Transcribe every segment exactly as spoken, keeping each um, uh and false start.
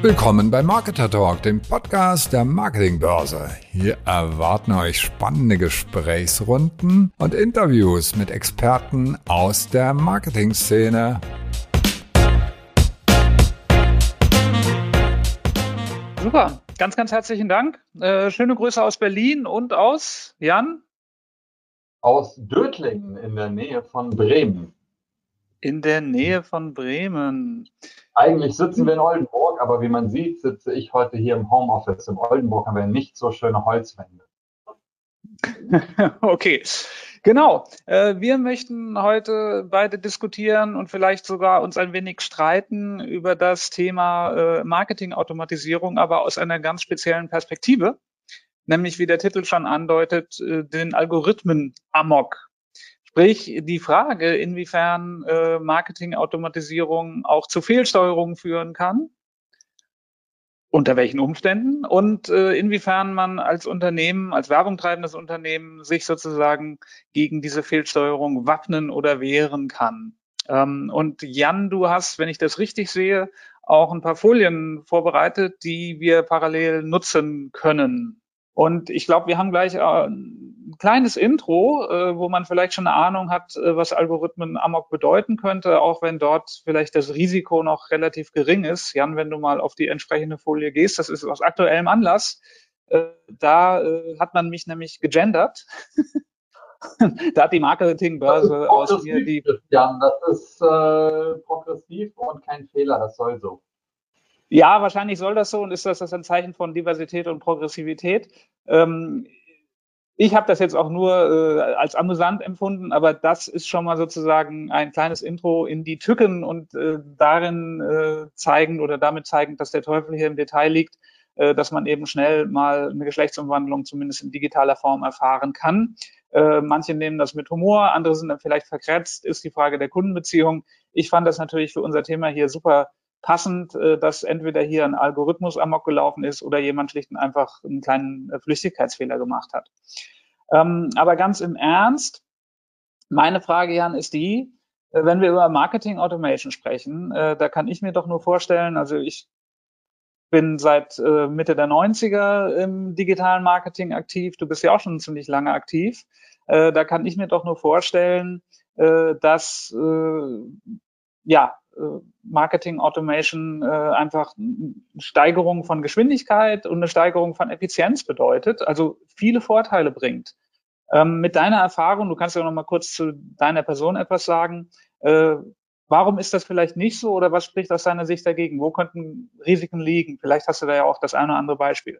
Willkommen bei Marketer Talk, dem Podcast der Marketingbörse. Hier erwarten euch spannende Gesprächsrunden und Interviews mit Experten aus der Marketingszene. Super, ganz, ganz herzlichen Dank. Äh, schöne Grüße aus Berlin und aus, Jan? Aus Dötlingen in der Nähe von Bremen. In der Nähe von Bremen. Eigentlich sitzen wir in Oldenburg, aber wie man sieht, sitze ich heute hier im Homeoffice. In Oldenburg haben wir nicht so schöne Holzwände. Okay, genau. Äh, wir möchten heute beide diskutieren und vielleicht sogar uns ein wenig streiten über das Thema äh, Marketingautomatisierung, aber aus einer ganz speziellen Perspektive, nämlich wie der Titel schon andeutet, äh, den Algorithmen-Amok. Sprich, die Frage, inwiefern äh, Marketingautomatisierung auch zu Fehlsteuerungen führen kann, unter welchen Umständen und äh, inwiefern man als Unternehmen, als Werbung treibendes Unternehmen sich sozusagen gegen diese Fehlsteuerung wappnen oder wehren kann. Ähm, und Jan, du hast, wenn ich das richtig sehe, auch ein paar Folien vorbereitet, die wir parallel nutzen können. Und ich glaube, wir haben gleich ein kleines Intro, äh, wo man vielleicht schon eine Ahnung hat, äh, was Algorithmen-Amok bedeuten könnte, auch wenn dort vielleicht das Risiko noch relativ gering ist. Jan, wenn du mal auf die entsprechende Folie gehst, das ist aus aktuellem Anlass. Äh, da äh, hat man mich nämlich gegendert. Da hat die Marketingbörse aus mir die... Jan, das ist äh, progressiv und kein Fehler, das soll so. Ja, wahrscheinlich soll das so und ist das, das ein Zeichen von Diversität und Progressivität. Ähm, ich habe das jetzt auch nur äh, als amüsant empfunden, aber das ist schon mal sozusagen ein kleines Intro in die Tücken und äh, darin äh, zeigend oder damit zeigend, dass der Teufel hier im Detail liegt, äh, dass man eben schnell mal eine Geschlechtsumwandlung zumindest in digitaler Form erfahren kann. Äh, manche nehmen das mit Humor, andere sind dann vielleicht verkratzt, ist die Frage der Kundenbeziehung. Ich fand das natürlich für unser Thema hier super passend, dass entweder hier ein Algorithmus amok gelaufen ist oder jemand schlicht und einfach einen kleinen Flüchtigkeitsfehler gemacht hat. Ähm, aber ganz im Ernst, meine Frage, Jan, ist die, wenn wir über Marketing Automation sprechen, äh, da kann ich mir doch nur vorstellen, also ich bin seit äh, Mitte der neunziger im digitalen Marketing aktiv, du bist ja auch schon ziemlich lange aktiv, äh, da kann ich mir doch nur vorstellen, äh, dass äh, ja, Marketing Automation äh, einfach eine Steigerung von Geschwindigkeit und eine Steigerung von Effizienz bedeutet, also viele Vorteile bringt. Ähm, mit deiner Erfahrung, du kannst ja noch mal kurz zu deiner Person etwas sagen, äh, warum ist das vielleicht nicht so oder was spricht aus deiner Sicht dagegen? Wo könnten Risiken liegen? Vielleicht hast du da ja auch das eine oder andere Beispiel.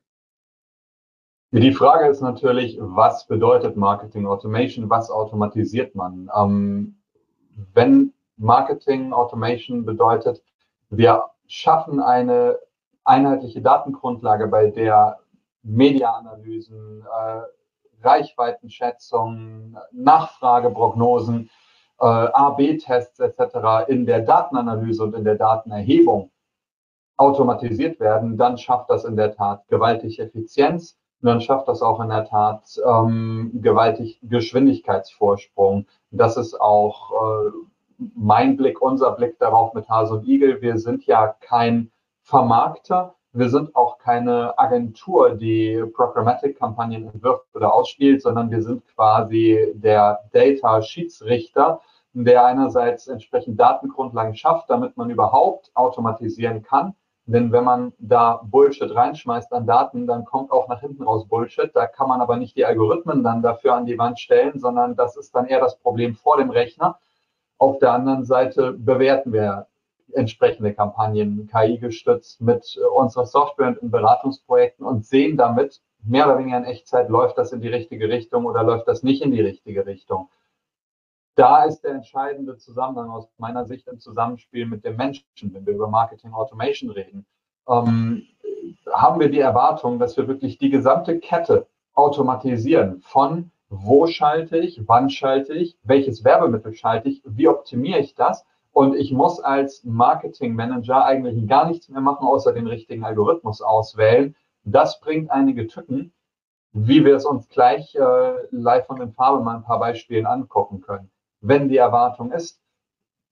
Die Frage ist natürlich, was bedeutet Marketing Automation? Was automatisiert man? Ähm, wenn Marketing Automation bedeutet, wir schaffen eine einheitliche Datengrundlage, bei der Mediaanalysen, äh, Reichweitenschätzungen, Nachfrageprognosen, äh, A B Tests et cetera in der Datenanalyse und in der Datenerhebung automatisiert werden, dann schafft das in der Tat gewaltig Effizienz und dann schafft das auch in der Tat ähm, gewaltig Geschwindigkeitsvorsprung. Das ist auch äh, mein Blick, unser Blick darauf mit Hase und Igel. Wir sind ja kein Vermarkter, wir sind auch keine Agentur, die Programmatic-Kampagnen entwirft oder ausspielt, sondern wir sind quasi der Data-Schiedsrichter, der einerseits entsprechend Datengrundlagen schafft, damit man überhaupt automatisieren kann. Denn wenn man da Bullshit reinschmeißt an Daten, dann kommt auch nach hinten raus Bullshit. Da kann man aber nicht die Algorithmen dann dafür an die Wand stellen, sondern das ist dann eher das Problem vor dem Rechner. Auf der anderen Seite bewerten wir entsprechende Kampagnen K I gestützt mit unserer Software und in Beratungsprojekten und sehen damit mehr oder weniger in Echtzeit, läuft das in die richtige Richtung oder läuft das nicht in die richtige Richtung. Da ist der entscheidende Zusammenhang aus meiner Sicht im Zusammenspiel mit dem Menschen, wenn wir über Marketing Automation reden. Ähm, haben wir die Erwartung, dass wir wirklich die gesamte Kette automatisieren von wo schalte ich, wann schalte ich, welches Werbemittel schalte ich, wie optimiere ich das und ich muss als Marketing Manager eigentlich gar nichts mehr machen, außer den richtigen Algorithmus auswählen. Das bringt einige Tücken, wie wir es uns gleich äh, live und in Farbe mal ein paar Beispielen angucken können. Wenn die Erwartung ist,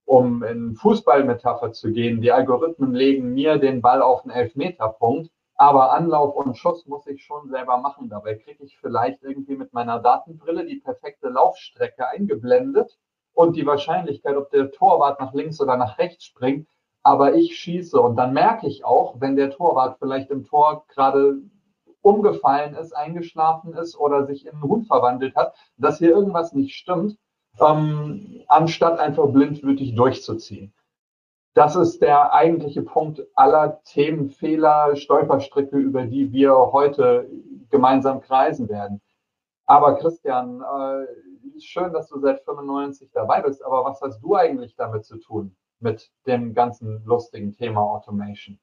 um in Fußballmetapher zu gehen, die Algorithmen legen mir den Ball auf den Elfmeterpunkt, aber Anlauf und Schuss muss ich schon selber machen. Dabei kriege ich vielleicht irgendwie mit meiner Datenbrille die perfekte Laufstrecke eingeblendet und die Wahrscheinlichkeit, ob der Torwart nach links oder nach rechts springt, aber ich schieße. Und dann merke ich auch, wenn der Torwart vielleicht im Tor gerade umgefallen ist, eingeschlafen ist oder sich in einen Hund verwandelt hat, dass hier irgendwas nicht stimmt, ähm, anstatt einfach blindwütig durchzuziehen. Das ist der eigentliche Punkt aller Themen, Fehler, Stolperstricke, über die wir heute gemeinsam kreisen werden. Aber Christian, äh, schön, dass du seit fünfundneunzig dabei bist, aber was hast du eigentlich damit zu tun, mit dem ganzen lustigen Thema Automation?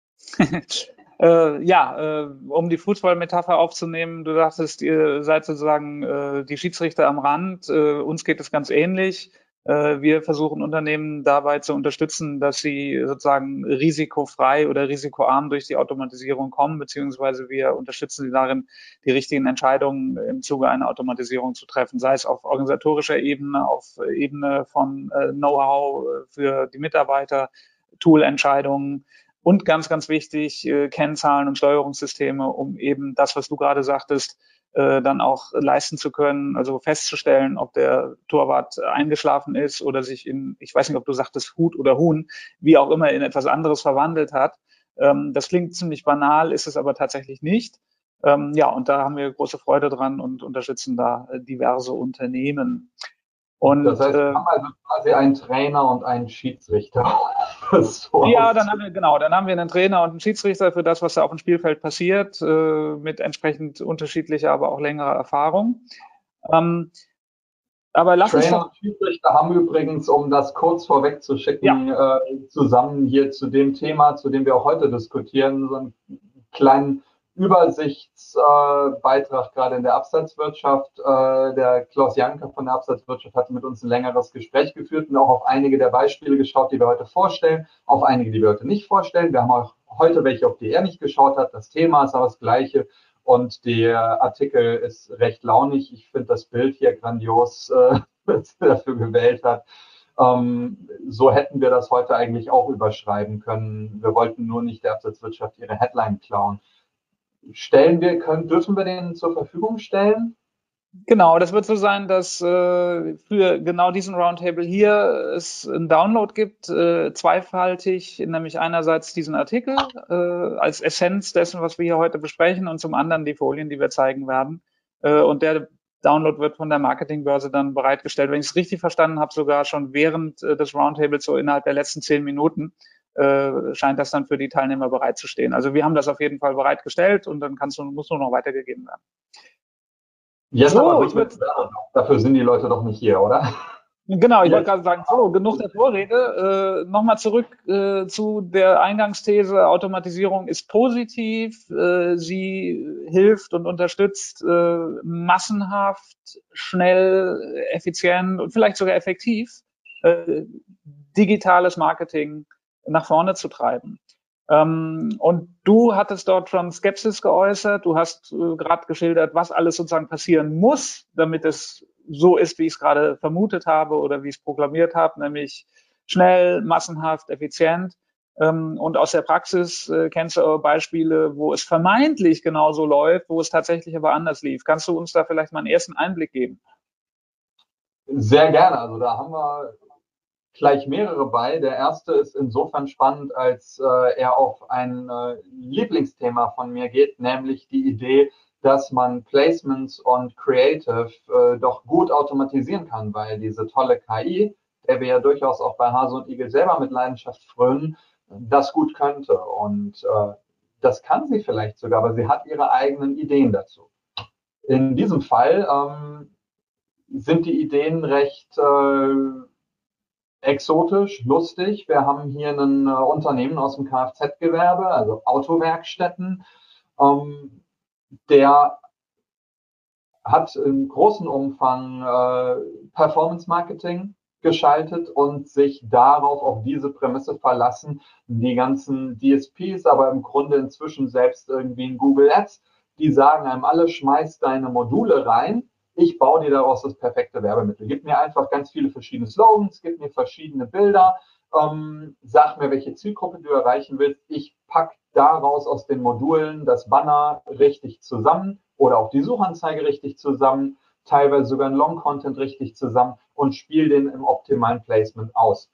Äh, ja, äh, um die Fußballmetapher aufzunehmen, du sagtest, ihr seid sozusagen äh, die Schiedsrichter am Rand. Äh, uns geht es ganz ähnlich. Äh, wir versuchen Unternehmen dabei zu unterstützen, dass sie sozusagen risikofrei oder risikoarm durch die Automatisierung kommen, beziehungsweise wir unterstützen sie darin, die richtigen Entscheidungen im Zuge einer Automatisierung zu treffen, sei es auf organisatorischer Ebene, auf Ebene von äh, Know-how für die Mitarbeiter, Toolentscheidungen. Und ganz, ganz wichtig, äh, Kennzahlen und Steuerungssysteme, um eben das, was du gerade sagtest, äh, dann auch leisten zu können, also festzustellen, ob der Torwart eingeschlafen ist oder sich in, ich weiß nicht, ob du sagtest Hut oder Huhn, wie auch immer, in etwas anderes verwandelt hat. Ähm, das klingt ziemlich banal, ist es aber tatsächlich nicht. Ähm, ja, und da haben wir große Freude dran und unterstützen da äh, diverse Unternehmen. Und, das heißt, wir äh, haben also quasi einen Trainer und einen Schiedsrichter. So ja, dann haben wir, genau, dann haben wir einen Trainer und einen Schiedsrichter für das, was da auf dem Spielfeld passiert, äh, mit entsprechend unterschiedlicher, aber auch längerer Erfahrung. Ähm, aber lass Trainer uns doch, und Schiedsrichter haben übrigens, um das kurz vorweg zu schicken, ja. äh, zusammen hier zu dem Thema, zu dem wir auch heute diskutieren, so einen kleinen Übersichtsbeitrag äh, gerade in der Absatzwirtschaft. Äh, der Klaus Janke von der Absatzwirtschaft hatte mit uns ein längeres Gespräch geführt und auch auf einige der Beispiele geschaut, die wir heute vorstellen, auf einige, die wir heute nicht vorstellen. Wir haben auch heute welche, auf die er nicht geschaut hat. Das Thema ist aber das gleiche und der Artikel ist recht launig. Ich finde das Bild hier grandios, äh, das er dafür gewählt hat. Ähm, so hätten wir das heute eigentlich auch überschreiben können. Wir wollten nur nicht der Absatzwirtschaft ihre Headline klauen. Stellen wir, können, dürfen wir den zur Verfügung stellen? Genau, das wird so sein, dass äh, für genau diesen Roundtable hier es einen Download gibt, äh, zweifaltig, nämlich einerseits diesen Artikel äh, als Essenz dessen, was wir hier heute besprechen, und zum anderen die Folien, die wir zeigen werden. Äh, und der Download wird von der Marketingbörse dann bereitgestellt. Wenn ich es richtig verstanden habe, sogar schon während äh, des Roundtables, so innerhalb der letzten zehn Minuten, äh, scheint das dann für die Teilnehmer bereitzustehen. Also wir haben das auf jeden Fall bereitgestellt und dann kannst du, muss nur noch weitergegeben werden. Jetzt so, aber gut, ich würd, dafür sind die Leute doch nicht hier, oder? Genau, ich wollte gerade sagen, so, genug der Vorrede. Äh, Nochmal zurück äh, zu der Eingangsthese, Automatisierung ist positiv, äh, sie hilft und unterstützt äh, massenhaft, schnell, effizient und vielleicht sogar effektiv äh, digitales Marketing nach vorne zu treiben. Ähm, und du hattest dort schon Skepsis geäußert, du hast äh, gerade geschildert, was alles sozusagen passieren muss, damit es so ist, wie ich es gerade vermutet habe oder wie ich es proklamiert habe, nämlich schnell, massenhaft, effizient. Ähm, und aus der Praxis äh, kennst du Beispiele, wo es vermeintlich genauso läuft, wo es tatsächlich aber anders lief. Kannst du uns da vielleicht mal einen ersten Einblick geben? Sehr gerne. Also da haben wir gleich mehrere bei. Der erste ist insofern spannend, als äh, er auf ein äh, Lieblingsthema von mir geht, nämlich die Idee, dass man Placements und Creative äh, doch gut automatisieren kann, weil diese tolle K I, der wir ja durchaus auch bei Hase und Igel selber mit Leidenschaft frönen, das gut könnte. Und äh, das kann sie vielleicht sogar, aber sie hat ihre eigenen Ideen dazu. In diesem Fall ähm, sind die Ideen recht äh, exotisch, lustig. Wir haben hier ein äh, Unternehmen aus dem Kfz-Gewerbe, also Autowerkstätten, ähm, der hat im großen Umfang äh, Performance-Marketing geschaltet und sich darauf, auf diese Prämisse verlassen, die ganzen D S Ps, aber im Grunde inzwischen selbst irgendwie in Google Ads, die sagen einem alle, schmeiß deine Module rein ich baue dir daraus das perfekte Werbemittel. Gib mir einfach ganz viele verschiedene Slogans, gib mir verschiedene Bilder, ähm, sag mir, welche Zielgruppe du erreichen willst. Ich pack daraus aus den Modulen das Banner richtig zusammen oder auch die Suchanzeige richtig zusammen, teilweise sogar ein Long-Content richtig zusammen und spiele den im optimalen Placement aus.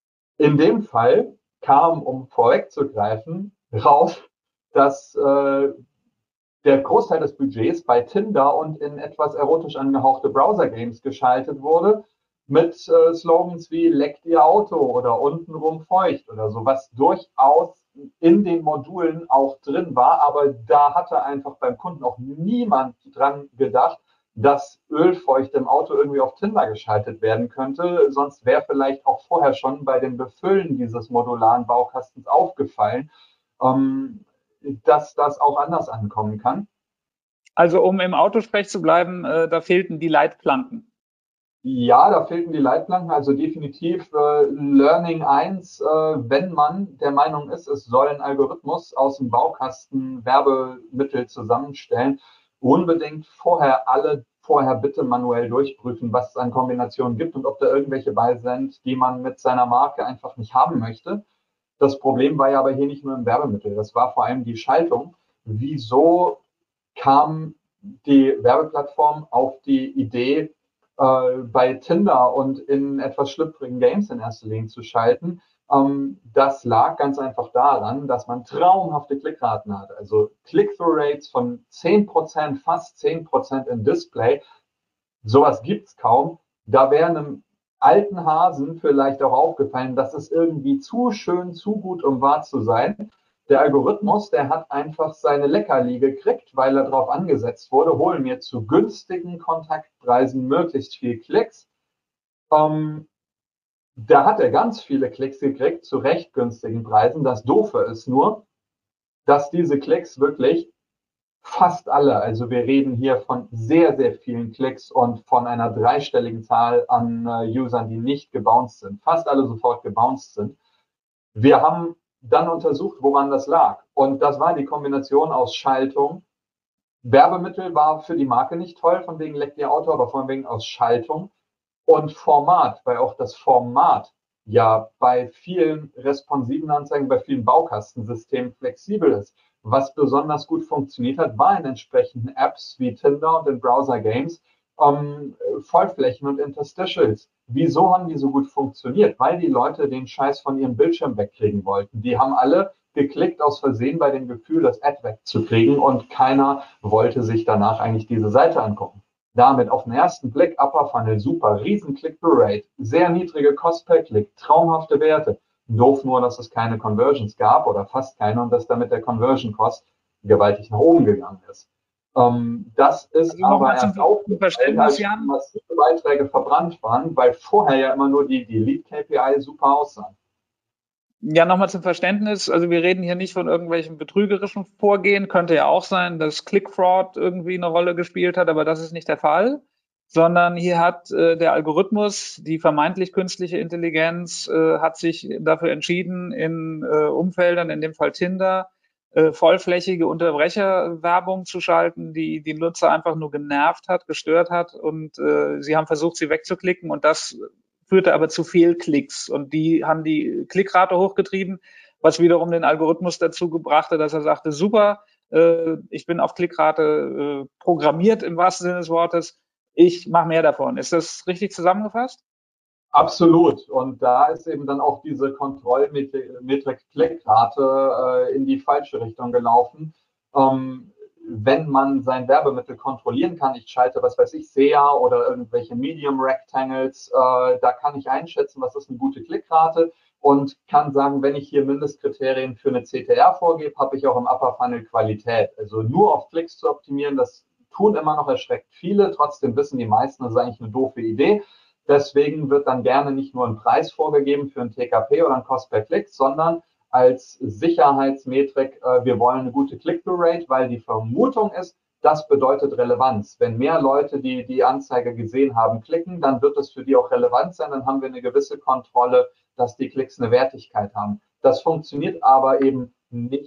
In dem Fall kam, um vorwegzugreifen, raus, dass äh, der Großteil des Budgets bei Tinder und in etwas erotisch angehauchte Browser-Games geschaltet wurde mit äh, Slogans wie "Leckt Ihr Auto" oder "Untenrum feucht" oder so, was durchaus in den Modulen auch drin war, aber da hatte einfach beim Kunden auch niemand dran gedacht, dass Ölfeucht im Auto irgendwie auf Tinder geschaltet werden könnte. Sonst wäre vielleicht auch vorher schon bei dem Befüllen dieses modularen Baukastens aufgefallen, ähm, dass das auch anders ankommen kann. Also um im Autosprech zu bleiben, äh, da fehlten die Leitplanken. Ja, da fehlten die Leitplanken, also definitiv äh, Learning eins, äh, wenn man der Meinung ist, es soll ein Algorithmus aus dem Baukasten Werbemittel zusammenstellen, unbedingt vorher alle vorher bitte manuell durchprüfen, was es an Kombinationen gibt und ob da irgendwelche bei sind, die man mit seiner Marke einfach nicht haben möchte. Das Problem war ja aber hier nicht nur im Werbemittel, das war vor allem die Schaltung. Wieso kam die Werbeplattform auf die Idee, äh, bei Tinder und in etwas schlüpfrigen Games in erster Linie zu schalten? Ähm, das lag ganz einfach daran, dass man traumhafte Klickraten hat. Also Click-Through-Rates von zehn Prozent, fast zehn Prozent im Display. Sowas gibt's kaum. Da wäre einem alten Hasen vielleicht auch aufgefallen, das ist irgendwie zu schön, zu gut, um wahr zu sein. Der Algorithmus, der hat einfach seine Leckerli gekriegt, weil er darauf angesetzt wurde, hol mir zu günstigen Kontaktpreisen möglichst viel Klicks. Ähm, da hat er ganz viele Klicks gekriegt zu recht günstigen Preisen. Das Doofe ist nur, dass diese Klicks wirklich fast alle, also wir reden hier von sehr, sehr vielen Klicks und von einer dreistelligen Zahl an äh, Usern, die nicht gebounced sind, fast alle sofort gebounced sind. Wir haben dann untersucht, woran das lag. Und das war die Kombination aus Schaltung. Werbemittel war für die Marke nicht toll, von wegen Leckt Ihr Auto, aber von wegen aus Schaltung. Und Format, weil auch das Format ja bei vielen responsiven Anzeigen, bei vielen Baukastensystemen flexibel ist. Was besonders gut funktioniert hat, war in entsprechenden Apps wie Tinder und in Browser-Games ähm, Vollflächen und Interstitials. Wieso haben die so gut funktioniert? Weil die Leute den Scheiß von ihrem Bildschirm wegkriegen wollten. Die haben alle geklickt aus Versehen bei dem Gefühl, das Ad wegzukriegen und keiner wollte sich danach eigentlich diese Seite angucken. Damit auf den ersten Blick Upper Funnel super, riesen Click-Through-Rate, sehr niedrige Cost per Klick, traumhafte Werte. Doof nur, dass es keine Conversions gab oder fast keine und dass damit der Conversion Cost gewaltig nach oben gegangen ist. Ähm, das ist Also aber erst zum, aufgefallen, als massive Beiträge verbrannt waren, weil vorher ja immer nur die, die Lead-K P I super aussahen. Ja, nochmal zum Verständnis. Also wir reden hier nicht von irgendwelchen betrügerischen Vorgehen. Könnte ja auch sein, dass Click-Fraud irgendwie eine Rolle gespielt hat, aber das ist nicht der Fall. Sondern hier hat äh, der Algorithmus, die vermeintlich künstliche Intelligenz, äh, hat sich dafür entschieden, in äh, Umfeldern, in dem Fall Tinder, äh, vollflächige Unterbrecherwerbung zu schalten, die die Nutzer einfach nur genervt hat, gestört hat und äh, sie haben versucht, sie wegzuklicken und das führte aber zu Fehlklicks und die haben die Klickrate hochgetrieben, was wiederum den Algorithmus dazu gebrachte, dass er sagte, super, äh, ich bin auf Klickrate äh, programmiert im wahrsten Sinne des Wortes, ich mache mehr davon. Ist das richtig zusammengefasst? Absolut. Und da ist eben dann auch diese Kontrollmetrik Klickrate äh, in die falsche Richtung gelaufen. Ähm, wenn man sein Werbemittel kontrollieren kann, ich schalte, was weiß ich, S E A oder irgendwelche Medium Rectangles, äh, da kann ich einschätzen, was ist eine gute Klickrate und kann sagen, wenn ich hier Mindestkriterien für eine C T R vorgebe, habe ich auch im Upper Funnel Qualität. Also nur auf Klicks zu optimieren, das tun immer noch erschreckt viele. Trotzdem wissen die meisten, das ist eigentlich eine doofe Idee. Deswegen wird dann gerne nicht nur ein Preis vorgegeben für ein T K P oder ein Cost per Klick, sondern als Sicherheitsmetrik, äh, wir wollen eine gute Click-Through-Rate, weil die Vermutung ist, das bedeutet Relevanz. Wenn mehr Leute, die die Anzeige gesehen haben, klicken, dann wird es für die auch relevant sein. Dann haben wir eine gewisse Kontrolle, dass die Klicks eine Wertigkeit haben. Das funktioniert aber eben nicht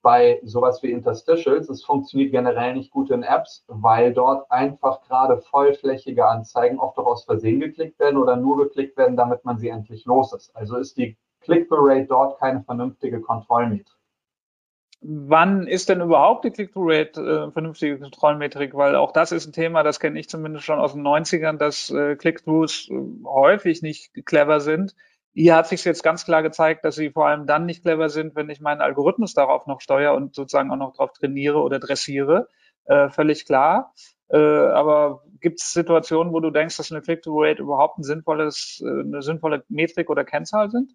bei sowas wie Interstitials. Es funktioniert generell nicht gut in Apps, weil dort einfach gerade vollflächige Anzeigen oft auch aus Versehen geklickt werden oder nur geklickt werden, damit man sie endlich los ist. Also ist die Click-through-Rate dort keine vernünftige Kontrollmetrik. Wann ist denn überhaupt die Click-through-Rate äh, vernünftige Kontrollmetrik? Weil auch das ist ein Thema, das kenne ich zumindest schon aus den neunzigern, dass äh, Click-throughs äh, häufig nicht clever sind. Hier hat sich jetzt ganz klar gezeigt, dass sie vor allem dann nicht clever sind, wenn ich meinen Algorithmus darauf noch steuere und sozusagen auch noch darauf trainiere oder dressiere. Äh, völlig klar. Äh, aber gibt es Situationen, wo du denkst, dass eine Click-through-Rate überhaupt ein sinnvolles, äh, eine sinnvolle Metrik oder Kennzahl sind?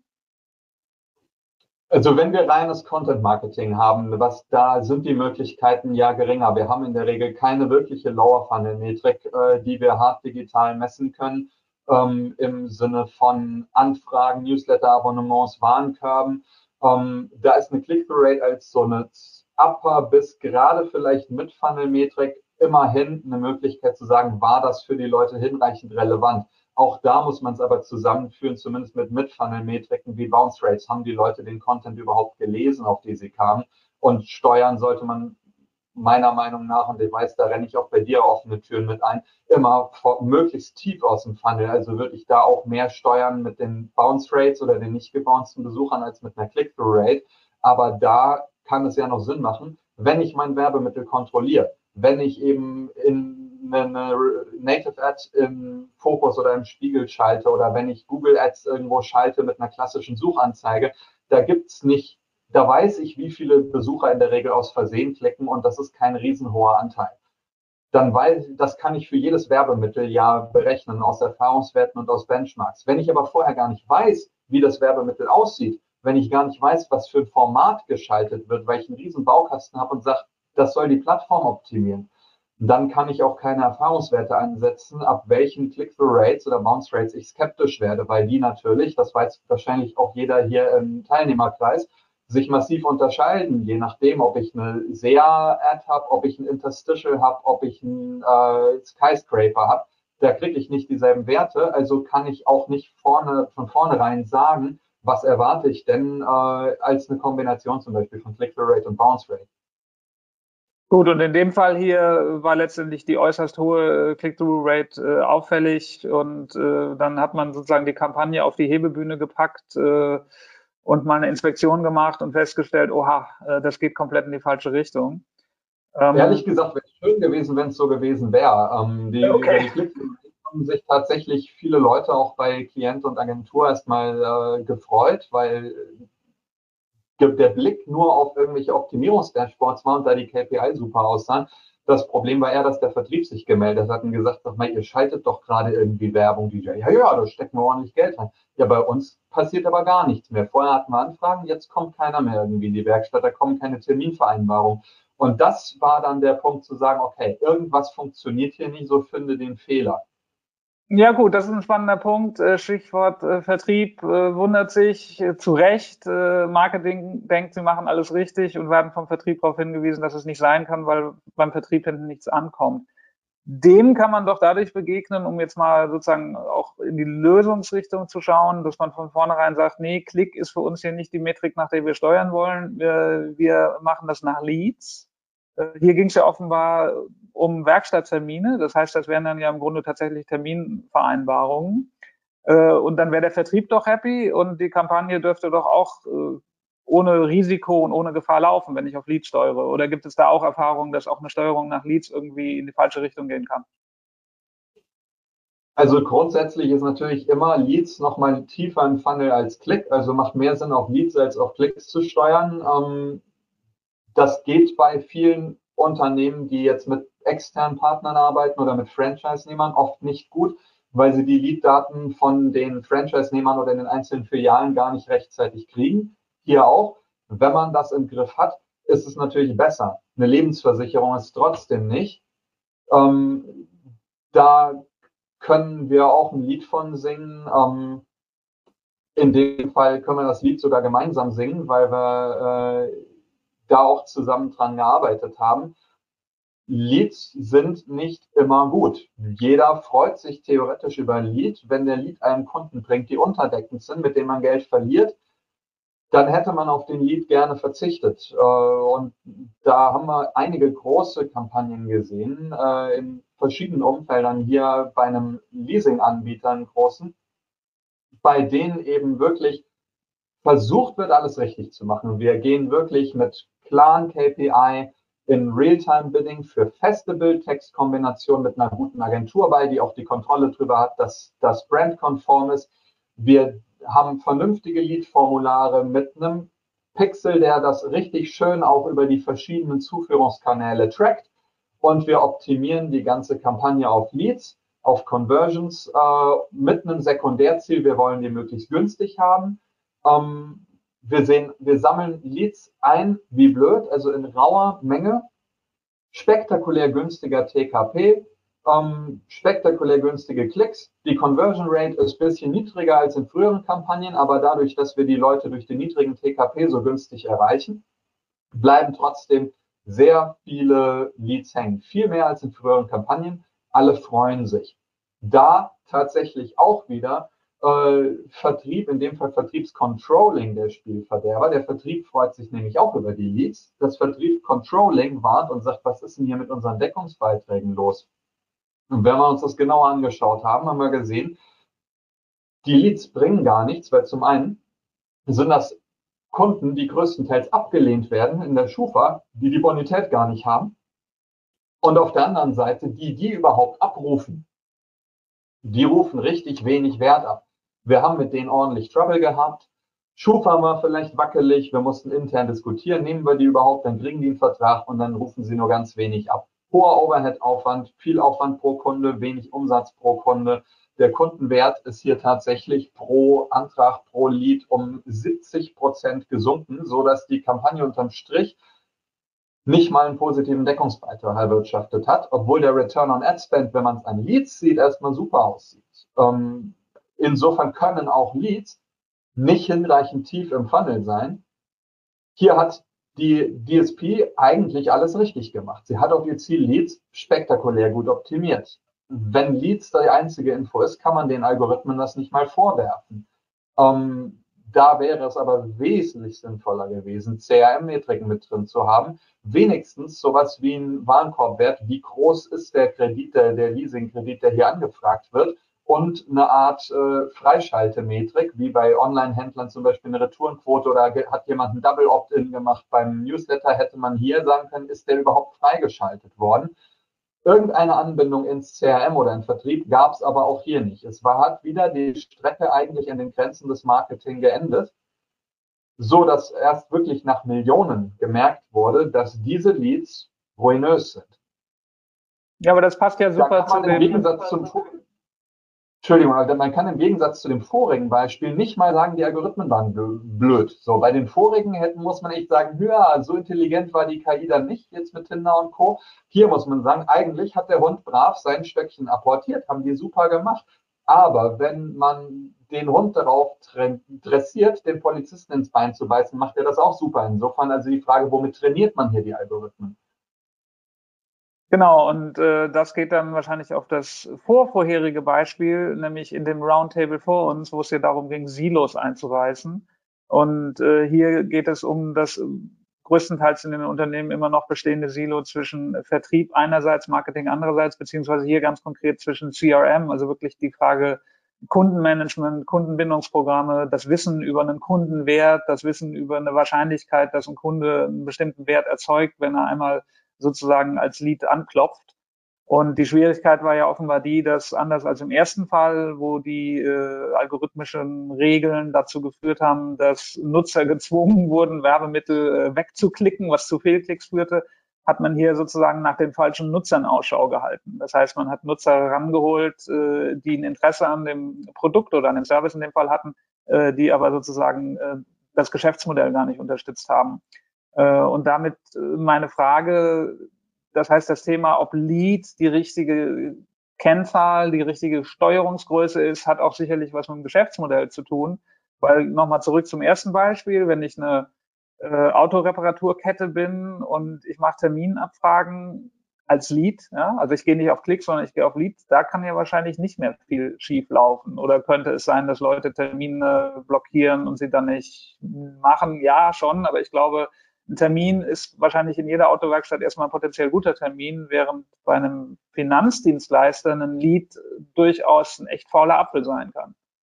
Also wenn wir reines Content-Marketing haben, was da sind die Möglichkeiten ja geringer. Wir haben in der Regel keine wirkliche Lower-Funnel-Metrik, äh, die wir hart digital messen können, ähm, im Sinne von Anfragen, Newsletter-Abonnements, Warenkörben. Ähm, da ist eine Click-through-Rate als so eine Upper- bis gerade vielleicht Mid-Funnel-Metrik immerhin eine Möglichkeit zu sagen, war das für die Leute hinreichend relevant? Auch da muss man es aber zusammenführen, zumindest mit Mid-Funnel-Metriken wie Bounce Rates. Haben die Leute den Content überhaupt gelesen, auf die sie kamen? Und steuern sollte man meiner Meinung nach, und ich weiß, da renne ich auch bei dir offene Türen mit ein, immer vor, möglichst tief aus dem Funnel. Also würde ich da auch mehr steuern mit den Bounce Rates oder den nicht gebounceden Besuchern als mit einer Click-through-Rate. Aber da kann es ja noch Sinn machen, wenn ich mein Werbemittel kontrolliere, wenn ich eben in eine Native Ad im Fokus oder im Spiegel schalte oder wenn ich Google Ads irgendwo schalte mit einer klassischen Suchanzeige, da gibt's nicht, da weiß ich, wie viele Besucher in der Regel aus Versehen klicken und das ist kein riesenhoher Anteil. Dann weiß, das kann ich für jedes Werbemittel ja berechnen aus Erfahrungswerten und aus Benchmarks. Wenn ich aber vorher gar nicht weiß, wie das Werbemittel aussieht, wenn ich gar nicht weiß, was für ein Format geschaltet wird, weil ich einen riesen Baukasten habe und sage, das soll die Plattform optimieren, dann kann ich auch keine Erfahrungswerte ansetzen, ab welchen Click-through-Rates oder Bounce-Rates ich skeptisch werde, weil die natürlich, das weiß wahrscheinlich auch jeder hier im Teilnehmerkreis, sich massiv unterscheiden, je nachdem, ob ich eine S E A-Ad habe, ob ich ein Interstitial habe, ob ich einen äh, Skyscraper habe. Da kriege ich nicht dieselben Werte, also kann ich auch nicht vorne von vornherein sagen, was erwarte ich denn äh, als eine Kombination zum Beispiel von Click-through-Rate und Bounce-Rate. Gut, und in dem Fall hier war letztendlich die äußerst hohe Click-through-Rate äh, auffällig und äh, dann hat man sozusagen die Kampagne auf die Hebebühne gepackt äh, und mal eine Inspektion gemacht und festgestellt, oha, äh, das geht komplett in die falsche Richtung. Ähm, Ehrlich gesagt, wäre es schön gewesen, wenn es so gewesen wäre. Ähm, die, okay. Über die Click-through-Rate haben sich tatsächlich viele Leute auch bei Klient und Agentur erstmal äh, gefreut, weil der Blick nur auf irgendwelche Optimierungsdashboards war und da die K P I super aussahen. Das Problem war eher, dass der Vertrieb sich gemeldet hat und gesagt hat, ihr schaltet doch gerade irgendwie Werbung, D J. Ja, ja, da stecken wir ordentlich Geld rein. Ja, bei uns passiert aber gar nichts mehr. Vorher hatten wir Anfragen, jetzt kommt keiner mehr irgendwie in die Werkstatt, da kommen keine Terminvereinbarungen. Und das war dann der Punkt zu sagen, okay, irgendwas funktioniert hier nicht, so finde den Fehler. Ja gut, das ist ein spannender Punkt. Stichwort äh, Vertrieb äh, wundert sich äh, zu Recht. Äh, Marketing denkt, sie machen alles richtig und werden vom Vertrieb darauf hingewiesen, dass es nicht sein kann, weil beim Vertrieb hinten nichts ankommt. Dem kann man doch dadurch begegnen, um jetzt mal sozusagen auch in die Lösungsrichtung zu schauen, dass man von vornherein sagt, nee, Klick ist für uns hier nicht die Metrik, nach der wir steuern wollen. Wir, wir machen das nach Leads. Hier ging es ja offenbar um Werkstatttermine. Das heißt, das wären dann ja im Grunde tatsächlich Terminvereinbarungen. Und dann wäre der Vertrieb doch happy und die Kampagne dürfte doch auch ohne Risiko und ohne Gefahr laufen, wenn ich auf Leads steuere. Oder gibt es da auch Erfahrungen, dass auch eine Steuerung nach Leads irgendwie in die falsche Richtung gehen kann? Also grundsätzlich ist natürlich immer Leads nochmal tiefer im Funnel als Klick. Also macht mehr Sinn, auf Leads als auf Klicks zu steuern. Ähm, Das geht bei vielen Unternehmen, die jetzt mit externen Partnern arbeiten oder mit Franchise-Nehmern, oft nicht gut, weil sie die Lead-Daten von den Franchise-Nehmern oder in den einzelnen Filialen gar nicht rechtzeitig kriegen. Hier auch, wenn man das im Griff hat, ist es natürlich besser. Eine Lebensversicherung ist trotzdem nicht. Ähm, da können wir auch ein Lied von singen. Ähm, in dem Fall können wir das Lied sogar gemeinsam singen, weil wir äh, da auch zusammen dran gearbeitet haben. Leads sind nicht immer gut. Jeder freut sich theoretisch über ein Lead, wenn der Lead einen Kunden bringt, die unterdeckend sind, mit denen man Geld verliert. dann hätte man auf den Lead gerne verzichtet. Und da haben wir einige große Kampagnen gesehen, in verschiedenen Umfeldern, hier bei einem Leasing-Anbieter, einen großen, bei denen eben wirklich versucht wird, alles richtig zu machen. Wir gehen wirklich mit klaren K P I in Realtime-Bidding für feste Bild-Text-Kombinationen mit einer guten Agentur bei, die auch die Kontrolle darüber hat, dass das brandkonform ist. Wir haben vernünftige Lead-Formulare mit einem Pixel, der das richtig schön auch über die verschiedenen Zuführungskanäle trackt. Und wir optimieren die ganze Kampagne auf Leads, auf Conversions äh, mit einem Sekundärziel. Wir wollen die möglichst günstig haben. Ähm, wir sehen, wir sammeln Leads ein wie blöd, also in rauer Menge. Spektakulär günstiger T K P, ähm, spektakulär günstige Klicks. Die Conversion Rate ist ein bisschen niedriger als in früheren Kampagnen, aber dadurch, dass wir die Leute durch den niedrigen T K P so günstig erreichen, bleiben trotzdem sehr viele Leads hängen. Viel mehr als in früheren Kampagnen. Alle freuen sich. Da tatsächlich auch wieder äh, Vertrieb, in dem Fall Vertriebscontrolling der Spielverderber. Der Vertrieb freut sich nämlich auch über die Leads. Das Vertriebscontrolling warnt und sagt, was ist denn hier mit unseren Deckungsbeiträgen los? Und wenn wir uns das genauer angeschaut haben, haben wir gesehen, die Leads bringen gar nichts, weil zum einen sind das Kunden, die größtenteils abgelehnt werden in der Schufa, die die Bonität gar nicht haben. Und auf der anderen Seite, die, die überhaupt abrufen, die rufen richtig wenig Wert ab. Wir haben mit denen ordentlich Trouble gehabt. Schufa war vielleicht wackelig, wir mussten intern diskutieren, nehmen wir die überhaupt, dann kriegen die einen Vertrag und dann rufen sie nur ganz wenig ab. Hoher Overhead-Aufwand, viel Aufwand pro Kunde, wenig Umsatz pro Kunde. Der Kundenwert ist hier tatsächlich pro Antrag, pro Lead um siebzig Prozent gesunken, sodass die Kampagne unterm Strich nicht mal einen positiven Deckungsbeitrag erwirtschaftet hat, obwohl der Return on Ad Spend, wenn man es an Leads sieht, erstmal super aussieht. Ähm, insofern können auch Leads nicht hinreichend tief im Funnel sein. Hier hat die D S P eigentlich alles richtig gemacht. Sie hat auf ihr Ziel Leads spektakulär gut optimiert. Wenn Leads die einzige Info ist, kann man den Algorithmen das nicht mal vorwerfen. Ähm, da wäre es aber wesentlich sinnvoller gewesen, C R M-Metriken mit drin zu haben. Wenigstens sowas wie ein Warenkorbwert. Wie groß ist der Kredit, der, der Leasingkredit, der hier angefragt wird? Und eine Art äh, Freischaltemetrik, wie bei Online-Händlern zum Beispiel eine Retourenquote oder hat jemand ein Double Opt-in gemacht beim Newsletter, hätte man hier sagen können, ist der überhaupt freigeschaltet worden? Irgendeine Anbindung ins C R M oder in Vertrieb gab es aber auch hier nicht. Es war, hat wieder die Strecke eigentlich an den Grenzen des Marketing geendet, so dass erst wirklich nach Millionen gemerkt wurde, dass diese Leads ruinös sind. Ja, aber das passt ja super zu dem... Gegensatz zum Entschuldigung, man kann im Gegensatz zu dem vorigen Beispiel nicht mal sagen, die Algorithmen waren blöd. So, bei den vorigen hätten, muss man echt sagen, ja, so intelligent war die K I dann nicht, jetzt mit Tinder und Co. Hier muss man sagen, eigentlich hat der Hund brav sein Stöckchen apportiert, haben die super gemacht. Aber wenn man den Hund darauf dressiert, den Polizisten ins Bein zu beißen, macht er das auch super. Insofern also die Frage, womit trainiert man hier die Algorithmen? Genau, und äh, das geht dann wahrscheinlich auf das vorvorherige Beispiel, nämlich in dem Roundtable vor uns, wo es ja darum ging, Silos einzureißen. Und äh, hier geht es um das größtenteils in den Unternehmen immer noch bestehende Silo zwischen Vertrieb einerseits, Marketing andererseits, beziehungsweise hier ganz konkret zwischen C R M, also wirklich die Frage Kundenmanagement, Kundenbindungsprogramme, das Wissen über einen Kundenwert, das Wissen über eine Wahrscheinlichkeit, dass ein Kunde einen bestimmten Wert erzeugt, wenn er einmal sozusagen als Lead anklopft. Und die Schwierigkeit war ja offenbar die, dass anders als im ersten Fall, wo die äh, algorithmischen Regeln dazu geführt haben, dass Nutzer gezwungen wurden, Werbemittel äh, wegzuklicken, was zu Fehlklicks führte, hat man hier sozusagen nach den falschen Nutzern Ausschau gehalten. Das heißt, man hat Nutzer rangeholt, äh, die ein Interesse an dem Produkt oder an dem Service in dem Fall hatten, äh, die aber sozusagen äh, das Geschäftsmodell gar nicht unterstützt haben. Und damit meine Frage, das heißt das Thema, ob Lead die richtige Kennzahl, die richtige Steuerungsgröße ist, hat auch sicherlich was mit dem Geschäftsmodell zu tun. Weil nochmal zurück zum ersten Beispiel, wenn ich eine äh, Autoreparaturkette bin und ich mache Terminabfragen, als Lead. Ja? Also ich gehe nicht auf Klicks, sondern ich gehe auf Leads. Da kann ja wahrscheinlich nicht mehr viel schief laufen. Oder könnte es sein, dass Leute Termine blockieren und sie dann nicht machen? Ja, schon. Aber ich glaube, ein Termin ist wahrscheinlich in jeder Autowerkstatt erstmal ein potenziell guter Termin, während bei einem Finanzdienstleister ein Lead durchaus ein echt fauler Apfel sein kann.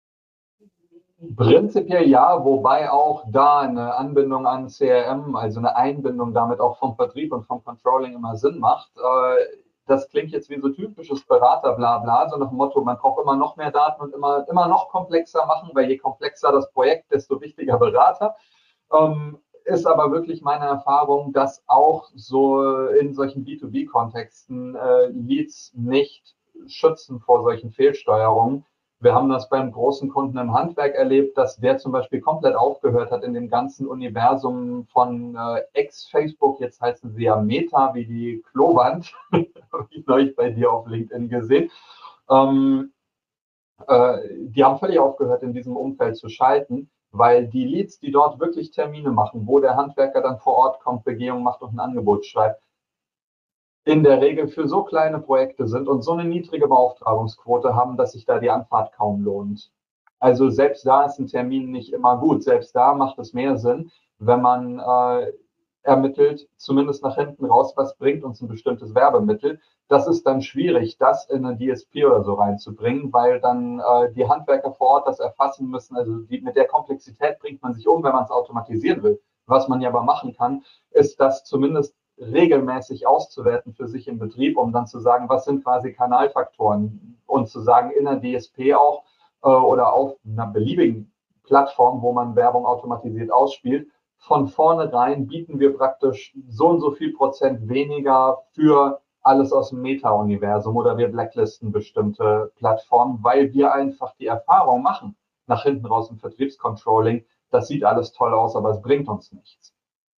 Prinzipiell ja, wobei auch da eine Anbindung an C R M, also eine Einbindung damit auch vom Vertrieb und vom Controlling immer Sinn macht. Das klingt jetzt wie so typisches Berater-Blabla, so nach dem Motto, man braucht immer noch mehr Daten und immer, immer noch komplexer machen, weil je komplexer das Projekt, desto wichtiger Berater. Ist aber wirklich meine Erfahrung, dass auch so in solchen B zwei B-Kontexten Leads nicht schützen vor solchen Fehlsteuerungen. Wir haben das beim großen Kunden im Handwerk erlebt, dass der zum Beispiel komplett aufgehört hat in dem ganzen Universum von äh, Ex-Facebook. Jetzt heißen sie ja Meta, wie die Klowand. Habe ich neulich bei dir auf LinkedIn gesehen. Ähm, äh, die haben völlig aufgehört, in diesem Umfeld zu schalten, weil die Leads, die dort wirklich Termine machen, wo der Handwerker dann vor Ort kommt, Begehung macht und ein Angebot schreibt, in der Regel für so kleine Projekte sind und so eine niedrige Beauftragungsquote haben, dass sich da die Anfahrt kaum lohnt. Also selbst da ist ein Termin nicht immer gut. Selbst da macht es mehr Sinn, wenn man äh, ermittelt, zumindest nach hinten raus, was bringt uns ein bestimmtes Werbemittel. Das ist dann schwierig, das in eine D S P oder so reinzubringen, weil dann äh, die Handwerker vor Ort das erfassen müssen. Also die, mit der Komplexität bringt man sich um, wenn man es automatisieren will. Was man ja aber machen kann, ist das zumindest regelmäßig auszuwerten für sich im Betrieb, um dann zu sagen, was sind quasi Kanalfaktoren und zu sagen, in der D S P auch äh, oder auf einer beliebigen Plattform, wo man Werbung automatisiert ausspielt, von vornherein bieten wir praktisch so und so viel Prozent weniger für alles aus dem Meta-Universum oder wir blacklisten bestimmte Plattformen, weil wir einfach die Erfahrung machen, nach hinten raus im Vertriebscontrolling, das sieht alles toll aus, aber es bringt uns nichts.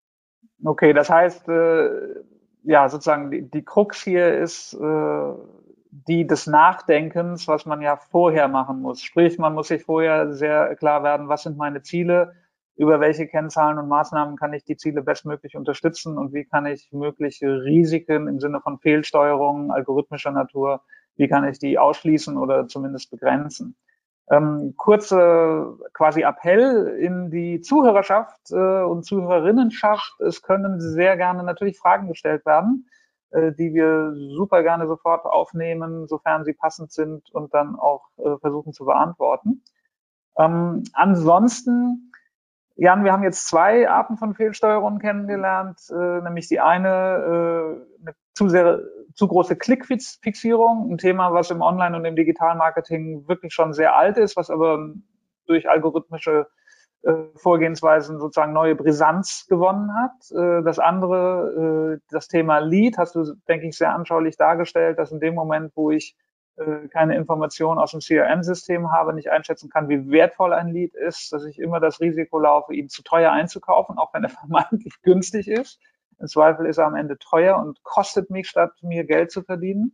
Okay, das heißt, äh, ja, sozusagen die, die Krux hier ist äh, die des Nachdenkens, was man ja vorher machen muss. Sprich, man muss sich vorher sehr klar werden, was sind meine Ziele, über welche Kennzahlen und Maßnahmen kann ich die Ziele bestmöglich unterstützen und wie kann ich mögliche Risiken im Sinne von Fehlsteuerung algorithmischer Natur, wie kann ich die ausschließen oder zumindest begrenzen. Ähm, kurze quasi Appell in die Zuhörerschaft äh, und Zuhörerinnenschaft. Es können sehr gerne natürlich Fragen gestellt werden, äh, die wir super gerne sofort aufnehmen, sofern sie passend sind und dann auch äh, versuchen zu beantworten. Ähm, ansonsten, Jan, wir haben jetzt zwei Arten von Fehlsteuerungen kennengelernt, äh, nämlich die eine äh, eine zu sehr zu große Klickfixierung, ein Thema, was im Online- und im Digitalmarketing wirklich schon sehr alt ist, was aber durch algorithmische äh, Vorgehensweisen sozusagen neue Brisanz gewonnen hat. Äh, das andere, äh, das Thema Lead, hast du, denke ich, sehr anschaulich dargestellt, dass in dem Moment, wo ich äh, keine Informationen aus dem C R M-System habe, nicht einschätzen kann, wie wertvoll ein Lead ist, dass ich immer das Risiko laufe, ihn zu teuer einzukaufen, auch wenn er vermeintlich günstig ist. Im Zweifel ist er am Ende teuer und kostet mich, statt mir Geld zu verdienen.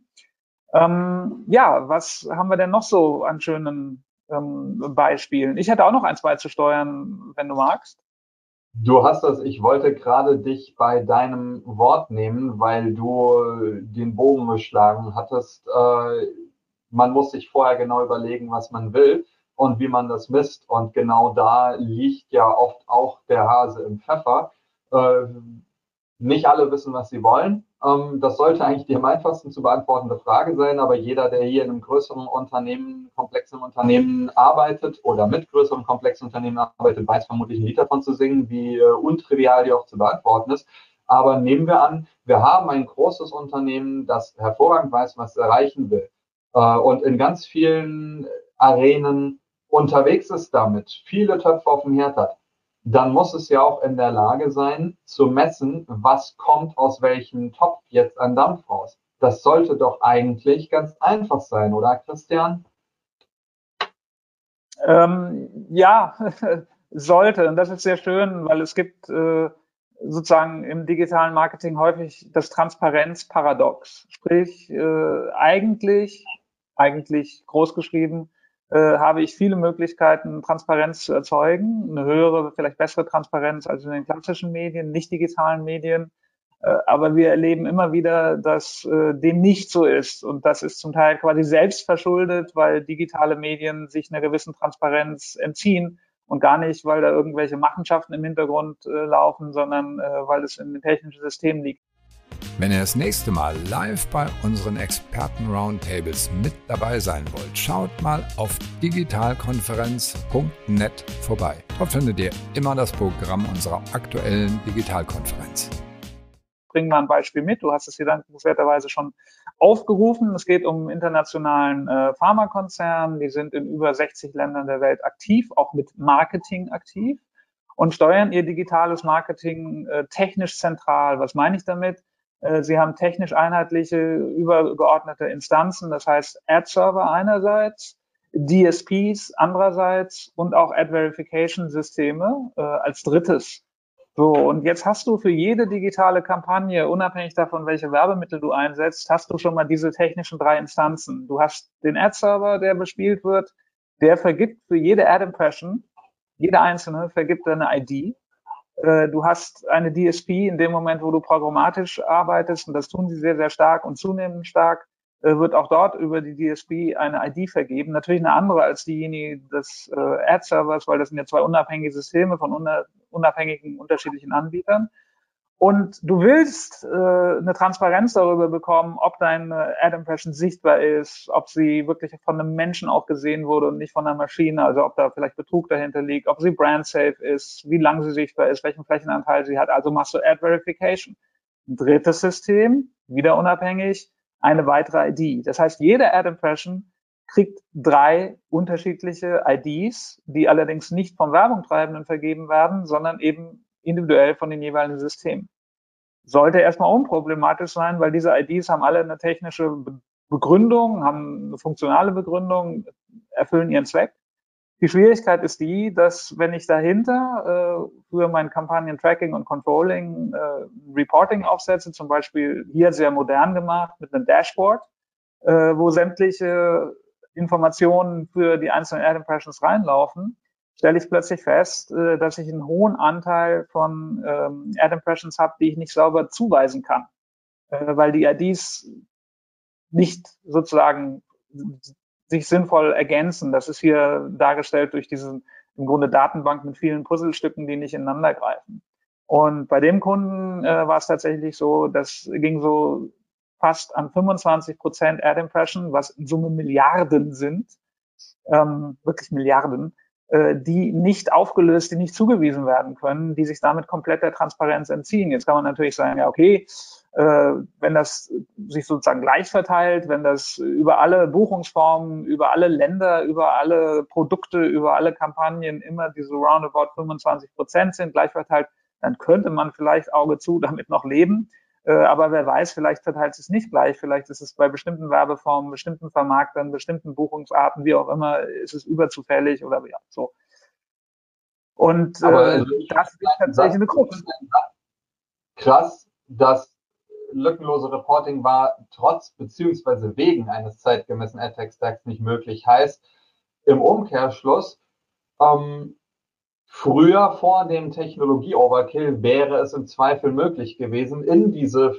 Ähm, ja, was haben wir denn noch so an schönen ähm, Beispielen? Ich hätte auch noch eins beizusteuern, wenn du magst. Du hast das, ich wollte gerade dich bei deinem Wort nehmen, weil du den Bogen geschlagen hattest. Äh, man muss sich vorher genau überlegen, was man will und wie man das misst. Und genau da liegt ja oft auch der Hase im Pfeffer. Äh, Nicht alle wissen, was sie wollen. Ähm, das sollte eigentlich die am einfachsten zu beantwortende Frage sein, aber jeder, der hier in einem größeren Unternehmen, komplexen Unternehmen arbeitet oder mit größeren, komplexen Unternehmen arbeitet, weiß vermutlich ein Lied davon zu singen, wie äh, untrivial die auch zu beantworten ist. Aber nehmen wir an, wir haben ein großes Unternehmen, das hervorragend weiß, was es erreichen will äh, und in ganz vielen Arenen unterwegs ist damit, viele Töpfe auf dem Herd hat. Dann muss es ja auch in der Lage sein, zu messen, was kommt aus welchem Topf jetzt an Dampf raus. Das sollte doch eigentlich ganz einfach sein, oder Christian? Ähm, ja, sollte. Und das ist sehr schön, weil es gibt äh, sozusagen im digitalen Marketing häufig das Transparenzparadox. Sprich, äh, eigentlich, eigentlich großgeschrieben, äh, habe ich viele Möglichkeiten, Transparenz zu erzeugen, eine höhere, vielleicht bessere Transparenz als in den klassischen Medien, nicht digitalen Medien. Aber wir erleben immer wieder, dass äh, dem nicht so ist. Und das ist zum Teil quasi selbst verschuldet, weil digitale Medien sich einer gewissen Transparenz entziehen und gar nicht, weil da irgendwelche Machenschaften im Hintergrund äh, laufen, sondern äh, weil es in den technischen Systemen liegt. Wenn ihr das nächste Mal live bei unseren Experten-Roundtables mit dabei sein wollt, schaut mal auf digitalkonferenz punkt net vorbei. Dort findet ihr immer das Programm unserer aktuellen Digitalkonferenz. Bring mal ein Beispiel mit. Du hast es hier dankenswerterweise schon aufgerufen. Es geht um einen internationalen äh, Pharmakonzern. Die sind in über sechzig Ländern der Welt aktiv, auch mit Marketing aktiv und steuern ihr digitales Marketing äh, technisch zentral. Was meine ich damit? Äh, sie haben technisch einheitliche, übergeordnete Instanzen, das heißt Ad-Server einerseits, D S Ps andererseits und auch Ad-Verification-Systeme äh, als drittes. So, und jetzt hast du für jede digitale Kampagne, unabhängig davon, welche Werbemittel du einsetzt, hast du schon mal diese technischen drei Instanzen. Du hast den Ad-Server, der bespielt wird, der vergibt für jede Ad-Impression, jede einzelne vergibt eine I D. Du hast eine D S P in dem Moment, wo du programmatisch arbeitest, und das tun sie sehr, sehr stark und zunehmend stark, wird auch dort über die D S P eine I D vergeben. Natürlich eine andere als diejenige des äh, Ad-Servers, weil das sind ja zwei unabhängige Systeme von una- unabhängigen unterschiedlichen Anbietern. Und du willst äh, eine Transparenz darüber bekommen, ob deine Ad-Impression sichtbar ist, ob sie wirklich von einem Menschen auch gesehen wurde und nicht von einer Maschine, also ob da vielleicht Betrug dahinter liegt, ob sie brand-safe ist, wie lang sie sichtbar ist, welchen Flächenanteil sie hat. Also machst du Ad-Verification. Ein drittes System, wieder unabhängig, eine weitere I D. Das heißt, jede Ad-Impression kriegt drei unterschiedliche I Ds, die allerdings nicht vom Werbungtreibenden vergeben werden, sondern eben individuell von den jeweiligen Systemen. Sollte erstmal unproblematisch sein, weil diese I Ds haben alle eine technische Begründung, haben eine funktionale Begründung, erfüllen ihren Zweck. Die Schwierigkeit ist die, dass wenn ich dahinter äh, für mein Kampagnen-Tracking und Controlling äh, Reporting aufsetze, zum Beispiel hier sehr modern gemacht mit einem Dashboard, äh, wo sämtliche Informationen für die einzelnen Ad-Impressions reinlaufen, stelle ich plötzlich fest, äh, dass ich einen hohen Anteil von ähm, Ad-Impressions habe, die ich nicht sauber zuweisen kann, äh, weil die I Ds nicht sozusagen sich sinnvoll ergänzen. Das ist hier dargestellt durch diesen im Grunde Datenbank mit vielen Puzzlestücken, die nicht ineinander greifen. Und bei dem Kunden äh, war es tatsächlich so, das ging so fast an fünfundzwanzig Prozent Ad-Impression, was in Summe Milliarden sind, ähm, wirklich Milliarden, äh, die nicht aufgelöst, die nicht zugewiesen werden können, die sich damit komplett der Transparenz entziehen. Jetzt kann man natürlich sagen, ja okay, äh, wenn das sich sozusagen gleich verteilt, wenn das über alle Buchungsformen, über alle Länder, über alle Produkte, über alle Kampagnen immer diese roundabout fünfundzwanzig Prozent sind, gleich verteilt, dann könnte man vielleicht Auge zu damit noch leben. Äh, aber wer weiß, vielleicht verteilt es nicht gleich. Vielleicht ist es bei bestimmten Werbeformen, bestimmten Vermarktern, bestimmten Buchungsarten, wie auch immer, ist es überzufällig oder ja, so. Und äh, also das ist tatsächlich eine Krux. Krass, dass lückenlose Reporting war trotz beziehungsweise wegen eines zeitgemäßen Ad-Tech-Stacks nicht möglich. Heißt, im Umkehrschluss, ähm, früher vor dem Technologie-Overkill wäre es im Zweifel möglich gewesen, in diese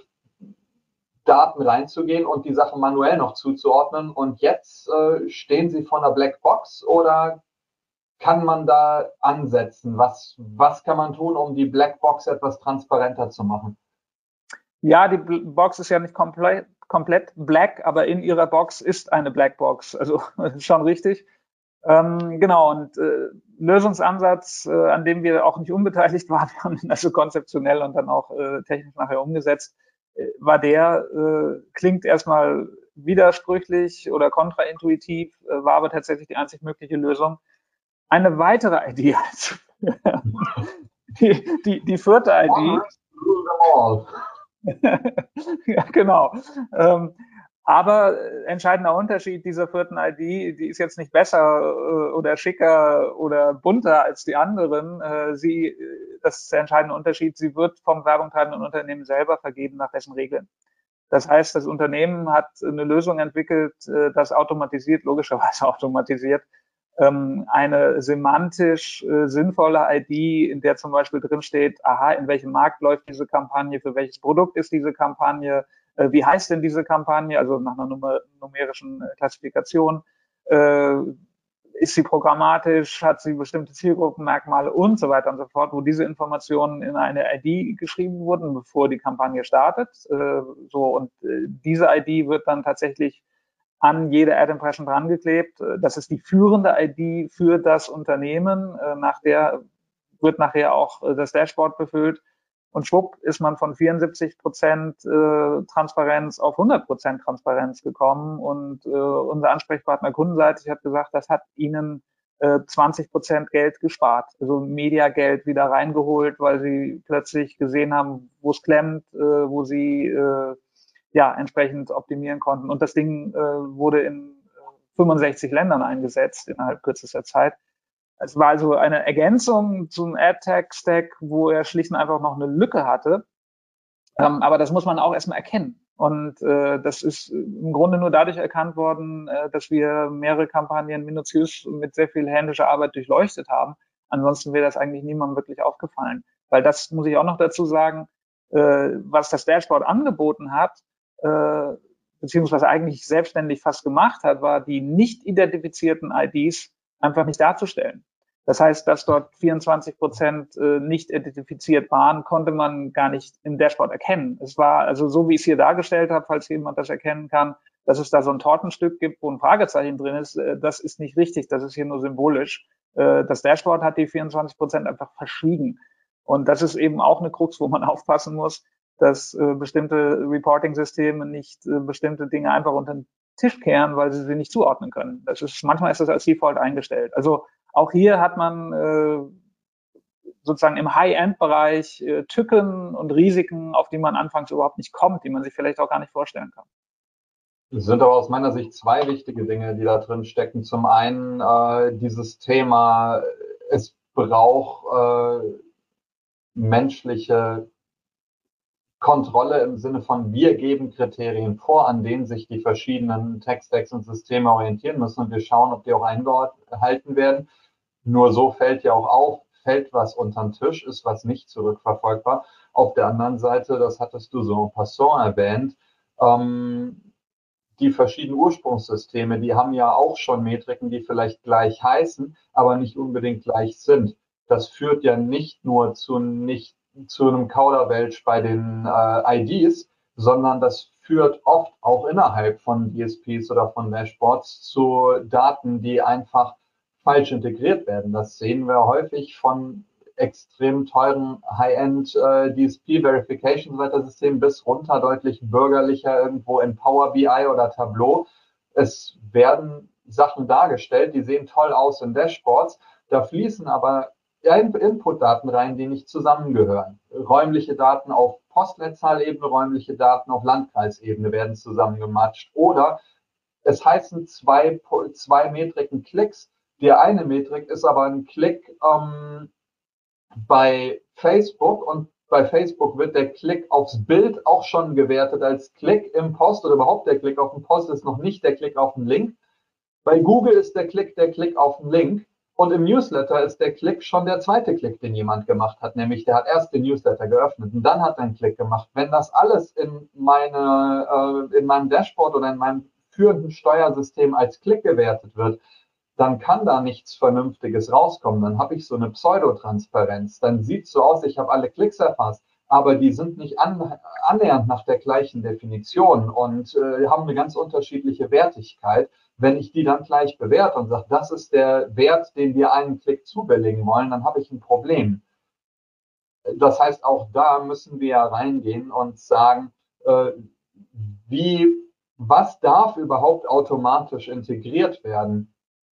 Daten reinzugehen und die Sachen manuell noch zuzuordnen. Und jetzt äh, stehen sie vor einer Blackbox oder kann man da ansetzen? Was, was kann man tun, um die Blackbox etwas transparenter zu machen? Ja, die Box ist ja nicht komplett, komplett black, aber in ihrer Box ist eine Blackbox. Also schon richtig. Ähm, genau, und äh, Lösungsansatz, äh, an dem wir auch nicht unbeteiligt waren, wir haben ihn also konzeptionell und dann auch äh, technisch nachher umgesetzt, äh, war der, äh, klingt erstmal widersprüchlich oder kontraintuitiv, äh, war aber tatsächlich die einzig mögliche Lösung. Eine weitere I D einzuführen. die, die, die vierte I D. Ja, genau. Ähm, aber entscheidender Unterschied dieser vierten I D, die ist jetzt nicht besser äh, oder schicker oder bunter als die anderen. Äh, sie, das ist der entscheidende Unterschied, sie wird vom werbungtreibenden Unternehmen selber vergeben nach dessen Regeln. Das heißt, das Unternehmen hat eine Lösung entwickelt, äh, das automatisiert, logischerweise automatisiert, ähm, eine semantisch äh, sinnvolle I D, in der zum Beispiel drin steht, aha, in welchem Markt läuft diese Kampagne, für welches Produkt ist diese Kampagne, äh, wie heißt denn diese Kampagne, also nach einer numer numerischen äh, Klassifikation, äh, ist sie programmatisch, hat sie bestimmte Zielgruppenmerkmale und so weiter und so fort, wo diese Informationen in eine I D geschrieben wurden, bevor die Kampagne startet. Äh, so, und äh, diese I D wird dann tatsächlich an jede Ad-Impression drangeklebt. Das ist die führende I D für das Unternehmen. Nach der wird nachher auch das Dashboard befüllt. Und schwupp ist man von vierundsiebzig Prozent Transparenz auf hundert Prozent Transparenz gekommen. Und unser Ansprechpartner kundenseitig hat gesagt, das hat ihnen zwanzig Prozent Geld gespart, also Mediageld wieder reingeholt, weil sie plötzlich gesehen haben, wo es klemmt, wo sie ja, entsprechend optimieren konnten. Und das Ding äh, wurde in fünfundsechzig Ländern eingesetzt innerhalb kürzester Zeit. Es war also eine Ergänzung zum AdTech-Stack, wo er schlicht und einfach noch eine Lücke hatte. Ähm, aber das muss man auch erstmal erkennen. Und äh, das ist im Grunde nur dadurch erkannt worden, äh, dass wir mehrere Kampagnen minutiös mit sehr viel händischer Arbeit durchleuchtet haben. Ansonsten wäre das eigentlich niemandem wirklich aufgefallen. Weil das muss ich auch noch dazu sagen, äh, was das Dashboard angeboten hat, äh, beziehungsweise eigentlich selbstständig fast gemacht hat, war die nicht identifizierten I Ds einfach nicht darzustellen. Das heißt, dass dort vierundzwanzig Prozent äh, nicht identifiziert waren, konnte man gar nicht im Dashboard erkennen. Es war also so, wie ich es hier dargestellt habe, falls jemand das erkennen kann, dass es da so ein Tortenstück gibt, wo ein Fragezeichen drin ist. Äh, das ist nicht richtig, das ist hier nur symbolisch. Äh, das Dashboard hat die vierundzwanzig Prozent einfach verschwiegen. Und das ist eben auch eine Krux, wo man aufpassen muss, dass äh, bestimmte Reporting-Systeme nicht äh, bestimmte Dinge einfach unter den Tisch kehren, weil sie sie nicht zuordnen können. Das ist, manchmal ist das als Default eingestellt. Also auch hier hat man äh, sozusagen im High-End-Bereich äh, Tücken und Risiken, auf die man anfangs überhaupt nicht kommt, die man sich vielleicht auch gar nicht vorstellen kann. Es sind aber aus meiner Sicht zwei wichtige Dinge, die da drin stecken. Zum einen äh, dieses Thema, es braucht äh, menschliche Kontrolle im Sinne von, wir geben Kriterien vor, an denen sich die verschiedenen Tech-Stacks und Systeme orientieren müssen und wir schauen, ob die auch eingehalten werden. Nur so fällt ja auch auf, fällt was unter den Tisch, ist was nicht zurückverfolgbar. Auf der anderen Seite, das hattest du so en passant erwähnt, ähm, die verschiedenen Ursprungssysteme, die haben ja auch schon Metriken, die vielleicht gleich heißen, aber nicht unbedingt gleich sind. Das führt ja nicht nur zu nicht zu einem Kauderwelsch bei den äh, I Ds, sondern das führt oft auch innerhalb von D S Ps oder von Dashboards zu Daten, die einfach falsch integriert werden. Das sehen wir häufig von extrem teuren High-End äh, D S P-Verification-Systemen bis runter deutlich bürgerlicher irgendwo in Power B I oder Tableau. Es werden Sachen dargestellt, die sehen toll aus in Dashboards, da fließen aber Input-Daten rein, die nicht zusammengehören. Räumliche Daten auf Postleitzahlebene, räumliche Daten auf Landkreisebene werden zusammengematscht. Oder es heißen zwei, zwei Metriken Klicks. Die eine Metrik ist aber ein Klick ähm, bei Facebook und bei Facebook wird der Klick aufs Bild auch schon gewertet als Klick im Post oder überhaupt der Klick auf den Post ist noch nicht der Klick auf den Link. Bei Google ist der Klick der Klick auf den Link. Und im Newsletter ist der Klick schon der zweite Klick, den jemand gemacht hat, nämlich der hat erst den Newsletter geöffnet und dann hat er einen Klick gemacht. Wenn das alles in, meine, äh, in meinem Dashboard oder in meinem führenden Steuersystem als Klick gewertet wird, dann kann da nichts Vernünftiges rauskommen. Dann habe ich so eine Pseudotransparenz. Dann sieht es so aus, ich habe alle Klicks erfasst, aber die sind nicht an, annähernd nach der gleichen Definition und äh, haben eine ganz unterschiedliche Wertigkeit. Wenn ich die dann gleich bewerte und sage, das ist der Wert, den wir einen Klick zubilligen wollen, dann habe ich ein Problem. Das heißt, auch da müssen wir reingehen und sagen, äh, wie, was darf überhaupt automatisch integriert werden?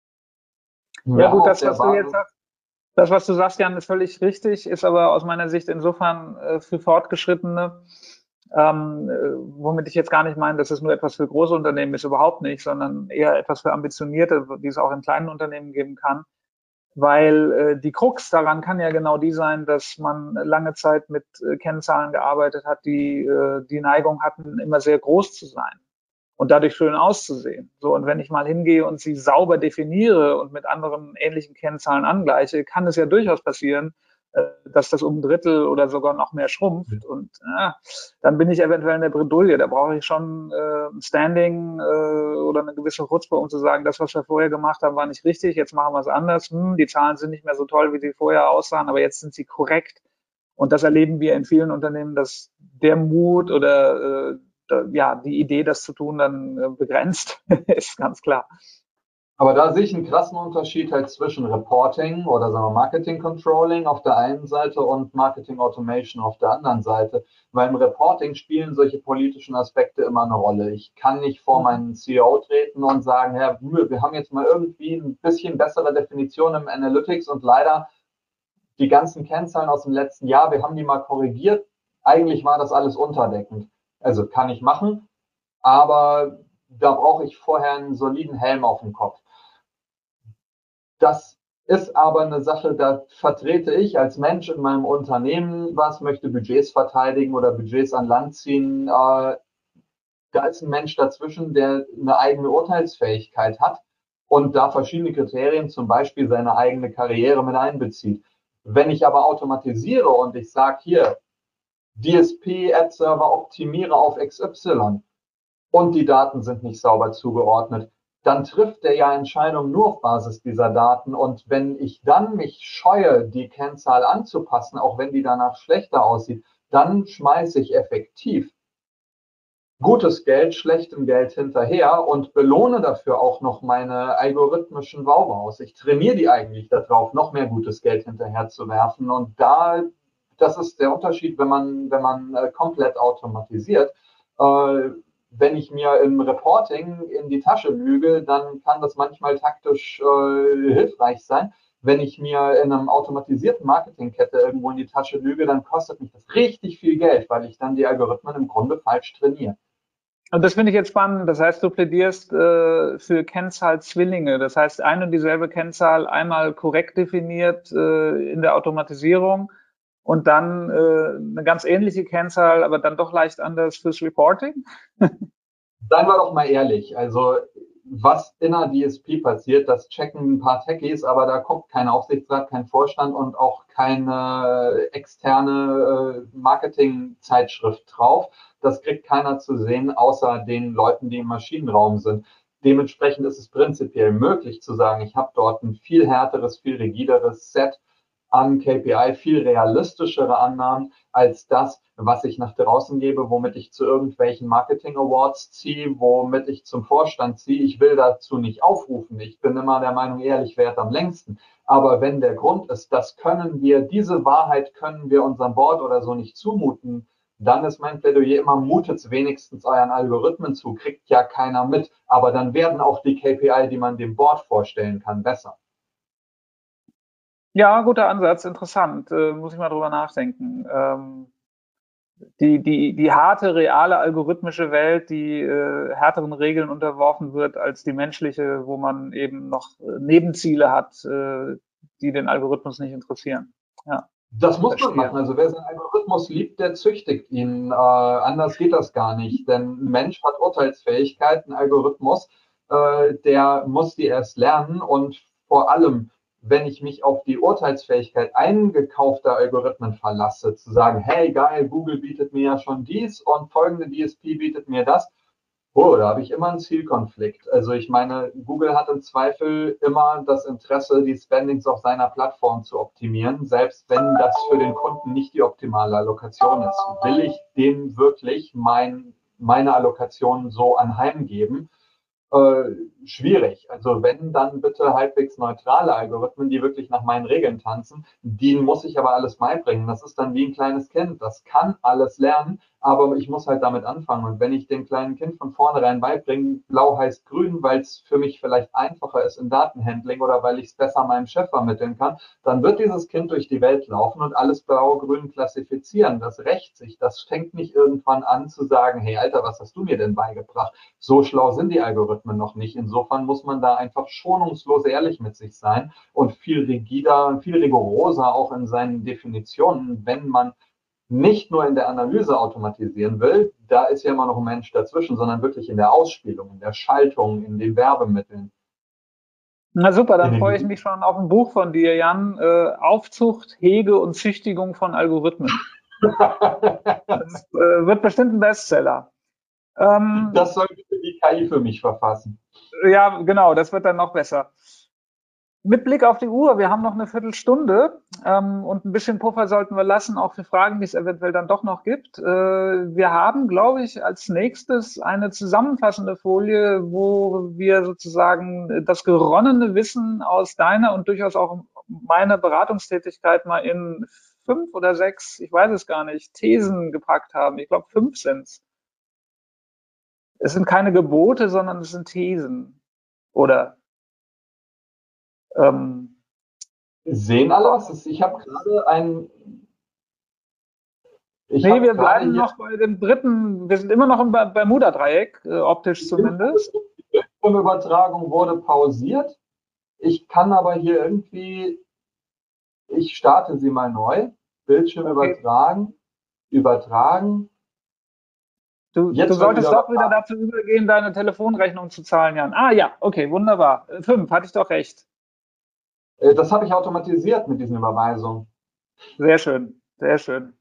Ja gut, das, was du jetzt sagst, das, was du sagst, Jan, ist völlig richtig, ist aber aus meiner Sicht insofern äh, für Fortgeschrittene, Ähm, womit ich jetzt gar nicht meine, dass es nur etwas für große Unternehmen ist, überhaupt nicht, sondern eher etwas für Ambitionierte, die es auch in kleinen Unternehmen geben kann. Weil äh, die Krux daran kann ja genau die sein, dass man lange Zeit mit äh, Kennzahlen gearbeitet hat, die äh, die Neigung hatten, immer sehr groß zu sein. und dadurch schön auszusehen. So, und wenn ich mal hingehe und sie sauber definiere und mit anderen ähnlichen Kennzahlen angleiche, kann es ja durchaus passieren, dass das um ein Drittel oder sogar noch mehr schrumpft. Und ja, dann bin ich eventuell in der Bredouille. Da brauche ich schon äh, ein Standing äh, oder eine gewisse Chutzpe, um zu sagen, das, was wir vorher gemacht haben, war nicht richtig, jetzt machen wir es anders. Hm, die Zahlen sind nicht mehr so toll, wie sie vorher aussahen, aber jetzt sind sie korrekt. Und das erleben wir in vielen Unternehmen, dass der Mut oder äh, ja, die Idee, das zu tun, dann äh, begrenzt ist, ganz klar. Aber da sehe ich einen krassen Unterschied halt zwischen Reporting oder sagen wir Marketing Controlling auf der einen Seite und Marketing Automation auf der anderen Seite. Weil im Reporting spielen solche politischen Aspekte immer eine Rolle. Ich kann nicht vor meinen C E O treten und sagen, Herr Wühl, wir haben jetzt mal irgendwie ein bisschen bessere Definition im Analytics und leider die ganzen Kennzahlen aus dem letzten Jahr, wir haben die mal korrigiert. Eigentlich war das alles unterdeckend. Also kann ich machen, aber da brauche ich vorher einen soliden Helm auf dem Kopf. Das ist aber eine Sache, da vertrete ich als Mensch in meinem Unternehmen was, möchte Budgets verteidigen oder Budgets an Land ziehen. Äh, da ist ein Mensch dazwischen, der eine eigene Urteilsfähigkeit hat und da verschiedene Kriterien, zum Beispiel seine eigene Karriere mit einbezieht. Wenn ich aber automatisiere und ich sage hier, D S P, Ad-Server optimiere auf X Y und die Daten sind nicht sauber zugeordnet, dann trifft der ja Entscheidungen nur auf Basis dieser Daten. Und wenn ich dann mich scheue, die Kennzahl anzupassen, auch wenn die danach schlechter aussieht, dann schmeiße ich effektiv gutes Geld, schlechtem Geld hinterher und belohne dafür auch noch meine algorithmischen Wauwaus. Ich trainiere die eigentlich darauf, noch mehr gutes Geld hinterher zu werfen. Und da, das ist der Unterschied, wenn man, wenn man äh, komplett automatisiert. Äh, Wenn ich mir im Reporting in die Tasche lüge, dann kann das manchmal taktisch äh, hilfreich sein. Wenn ich mir in einem automatisierten Marketingkette irgendwo in die Tasche lüge, dann kostet mich das richtig viel Geld, weil ich dann die Algorithmen im Grunde falsch trainiere. Und das finde ich jetzt spannend. Das heißt, du plädierst äh, für Kennzahl-Zwillinge. Das heißt, ein und dieselbe Kennzahl einmal korrekt definiert äh, in der Automatisierung und dann äh, eine ganz ähnliche Kennzahl, aber dann doch leicht anders fürs Reporting? Seien wir doch mal ehrlich. Also was in einer D S P passiert, das checken ein paar Techies, aber da kommt kein Aufsichtsrat, kein Vorstand und auch keine externe äh, Marketingzeitschrift drauf. Das kriegt keiner zu sehen, außer den Leuten, die im Maschinenraum sind. Dementsprechend ist es prinzipiell möglich zu sagen, ich habe dort ein viel härteres, viel rigideres Set an K P I, viel realistischere Annahmen als das, was ich nach draußen gebe, womit ich zu irgendwelchen Marketing Awards ziehe, womit ich zum Vorstand ziehe. Ich will dazu nicht aufrufen. Ich bin immer der Meinung, ehrlich währt am längsten. Aber wenn der Grund ist, das können wir, diese Wahrheit können wir unserem Board oder so nicht zumuten, dann ist mein Plädoyer immer, mutet wenigstens euren Algorithmen zu, kriegt ja keiner mit. Aber dann werden auch die K P I, die man dem Board vorstellen kann, besser. Ja, guter Ansatz, interessant. Äh, muss ich mal drüber nachdenken. Ähm, die, die, die harte, reale algorithmische Welt, die äh, härteren Regeln unterworfen wird als die menschliche, wo man eben noch Nebenziele hat, äh, die den Algorithmus nicht interessieren. Ja. Das muss man machen. Also wer seinen Algorithmus liebt, der züchtigt ihn. Äh, anders geht das gar nicht. Denn ein Mensch hat Urteilsfähigkeit, ein Algorithmus, äh, der muss die erst lernen. Und vor allem, wenn ich mich auf die Urteilsfähigkeit eingekaufter Algorithmen verlasse, zu sagen, hey geil, Google bietet mir ja schon dies und folgende D S P bietet mir das, oh, da habe ich immer einen Zielkonflikt. Also ich meine, Google hat im Zweifel immer das Interesse, die Spendings auf seiner Plattform zu optimieren, selbst wenn das für den Kunden nicht die optimale Allokation ist. Will ich dem wirklich mein, meine Allokation so anheimgeben? Äh, schwierig. Also wenn, dann bitte halbwegs neutrale Algorithmen, die wirklich nach meinen Regeln tanzen. Denen muss ich aber alles beibringen. Das ist dann wie ein kleines Kind. Das kann alles lernen, aber ich muss halt damit anfangen. Und wenn ich dem kleinen Kind von vornherein beibringe, blau heißt grün, weil es für mich vielleicht einfacher ist im Datenhandling oder weil ich es besser meinem Chef vermitteln kann, dann wird dieses Kind durch die Welt laufen und alles blau-grün klassifizieren. Das rächt sich. Das fängt nicht irgendwann an zu sagen, hey Alter, was hast du mir denn beigebracht? So schlau sind die Algorithmen noch nicht. Insofern muss man da einfach schonungslos ehrlich mit sich sein und viel rigider, viel rigoroser auch in seinen Definitionen, wenn man nicht nur in der Analyse automatisieren will, da ist ja immer noch ein Mensch dazwischen, sondern wirklich in der Ausspielung, in der Schaltung, in den Werbemitteln. Na super, dann freue ich mich schon auf ein Buch von dir, Jan. Äh, Aufzucht, Hege und Züchtigung von Algorithmen. Das äh, wird bestimmt ein Bestseller. Ähm, das soll bitte die K I für mich verfassen. Ja, genau, das wird dann noch besser. Mit Blick auf die Uhr, wir haben noch eine Viertelstunde ähm, und ein bisschen Puffer sollten wir lassen, auch für Fragen, die es eventuell dann doch noch gibt. Äh, wir haben, glaube ich, als nächstes eine zusammenfassende Folie, wo wir sozusagen das geronnene Wissen aus deiner und durchaus auch meiner Beratungstätigkeit mal in fünf oder sechs, ich weiß es gar nicht, Thesen gepackt haben. Ich glaube, fünf sind's. Es sind keine Gebote, sondern es sind Thesen. Oder ähm, sehen alle was? Ich habe gerade ein. Ich nee, wir bleiben noch bei dem dritten, wir sind immer noch im Bermuda-Dreieck, äh, optisch zumindest. Die Bildschirmübertragung wurde pausiert. Ich kann aber hier irgendwie, ich starte sie mal neu. Bildschirm okay. übertragen, übertragen. Du, du solltest wieder doch wieder dazu übergehen, deine Telefonrechnung zu zahlen, Jan. Ah ja, okay, wunderbar. Fünf, hatte ich doch recht. Das habe ich automatisiert mit diesen Überweisungen. Sehr schön, sehr schön.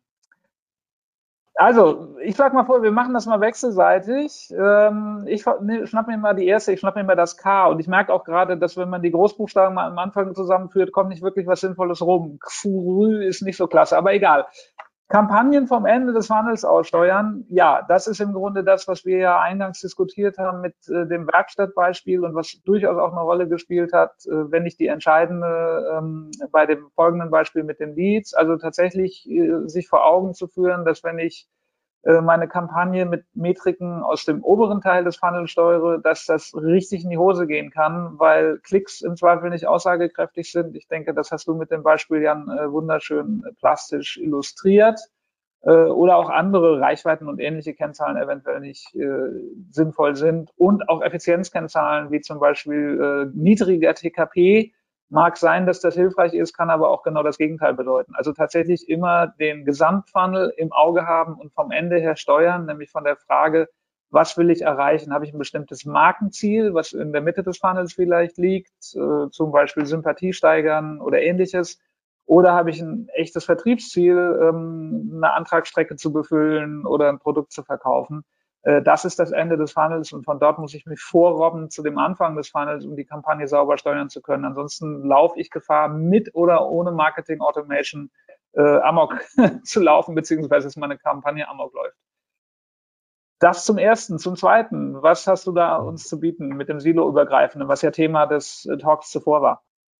Also, ich schlage mal vor, wir machen das mal wechselseitig. Ähm, ich ne, schnapp mir mal die erste, ich schnapp mir mal das K. Und ich merke auch gerade, dass wenn man die Großbuchstaben mal am Anfang zusammenführt, kommt nicht wirklich was Sinnvolles rum. Xurü ist nicht so klasse, aber egal. Kampagnen vom Ende des Funnels aussteuern, ja, das ist im Grunde das, was wir ja eingangs diskutiert haben mit äh, dem Werkstattbeispiel und was durchaus auch eine Rolle gespielt hat, äh, wenn nicht die entscheidende ähm, bei dem folgenden Beispiel mit den Leads. Also tatsächlich äh, sich vor Augen zu führen, dass wenn ich äh, meine Kampagne mit Metriken aus dem oberen Teil des Funnels steuere, dass das richtig in die Hose gehen kann, weil Klicks im Zweifel nicht aussagekräftig sind. Ich denke, das hast du mit dem Beispiel, Jan, äh, wunderschön äh, plastisch illustriert. Äh, oder auch andere Reichweiten und ähnliche Kennzahlen eventuell nicht äh, sinnvoll sind. Und auch Effizienzkennzahlen wie zum Beispiel äh, niedriger T K P. Mag sein, dass das hilfreich ist, kann aber auch genau das Gegenteil bedeuten. Also tatsächlich immer den Gesamtfunnel im Auge haben und vom Ende her steuern, nämlich von der Frage, was will ich erreichen? Habe ich ein bestimmtes Markenziel, was in der Mitte des Funnels vielleicht liegt, äh, zum Beispiel Sympathie steigern oder ähnliches? Oder habe ich ein echtes Vertriebsziel, ähm, eine Antragsstrecke zu befüllen oder ein Produkt zu verkaufen? Das ist das Ende des Funnels und von dort muss ich mich vorrobben zu dem Anfang des Funnels, um die Kampagne sauber steuern zu können. Ansonsten laufe ich Gefahr, mit oder ohne Marketing Automation äh, amok zu laufen, beziehungsweise dass meine Kampagne amok läuft. Das zum Ersten. Zum Zweiten, was hast du da uns zu bieten mit dem Silo-Übergreifenden, was ja Thema des Talks zuvor war?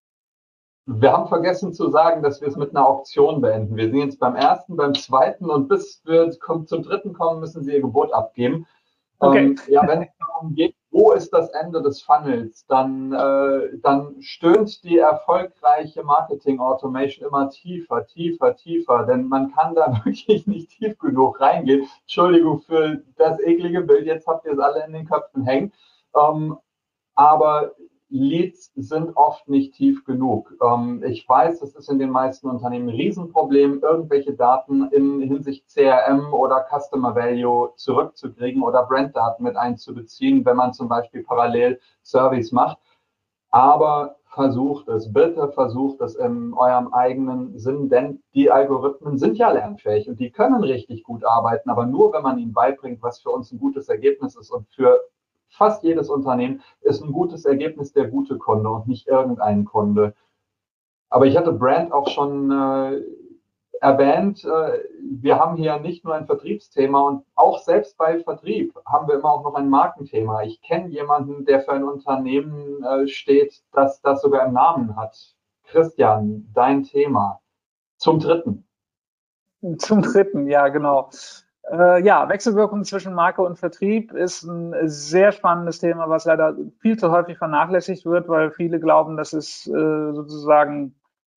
Wir haben vergessen zu sagen, dass wir es mit einer Auktion beenden. Wir sind jetzt beim ersten, beim zweiten und bis wir zum dritten kommen, müssen Sie Ihr Gebot abgeben. Okay. Ähm, ja, wenn es darum geht, wo ist das Ende des Funnels, dann, äh, dann stöhnt die erfolgreiche Marketing-Automation immer tiefer, tiefer, tiefer, denn man kann da wirklich nicht tief genug reingehen. Entschuldigung für das eklige Bild, jetzt habt ihr es alle in den Köpfen hängen. Ähm, aber Leads sind oft nicht tief genug. Ähm, ich weiß, das ist in den meisten Unternehmen ein Riesenproblem, irgendwelche Daten in Hinsicht C R M oder Customer Value zurückzukriegen oder Branddaten mit einzubeziehen, wenn man zum Beispiel parallel Surveys macht. Aber versucht es, bitte versucht es in eurem eigenen Sinn, denn die Algorithmen sind ja lernfähig und die können richtig gut arbeiten, aber nur, wenn man ihnen beibringt, was für uns ein gutes Ergebnis ist. Und für fast jedes Unternehmen ist ein gutes Ergebnis der gute Kunde und nicht irgendein Kunde. Aber ich hatte Brand auch schon äh, erwähnt, äh, wir haben hier nicht nur ein Vertriebsthema und auch selbst bei Vertrieb haben wir immer auch noch ein Markenthema. Ich kenne jemanden, der für ein Unternehmen äh, steht, das das sogar im Namen hat. Christian, dein Thema. Zum Dritten. Zum Dritten, ja, genau. Äh, ja, Wechselwirkung zwischen Marke und Vertrieb ist ein sehr spannendes Thema, was leider viel zu häufig vernachlässigt wird, weil viele glauben, dass es äh, sozusagen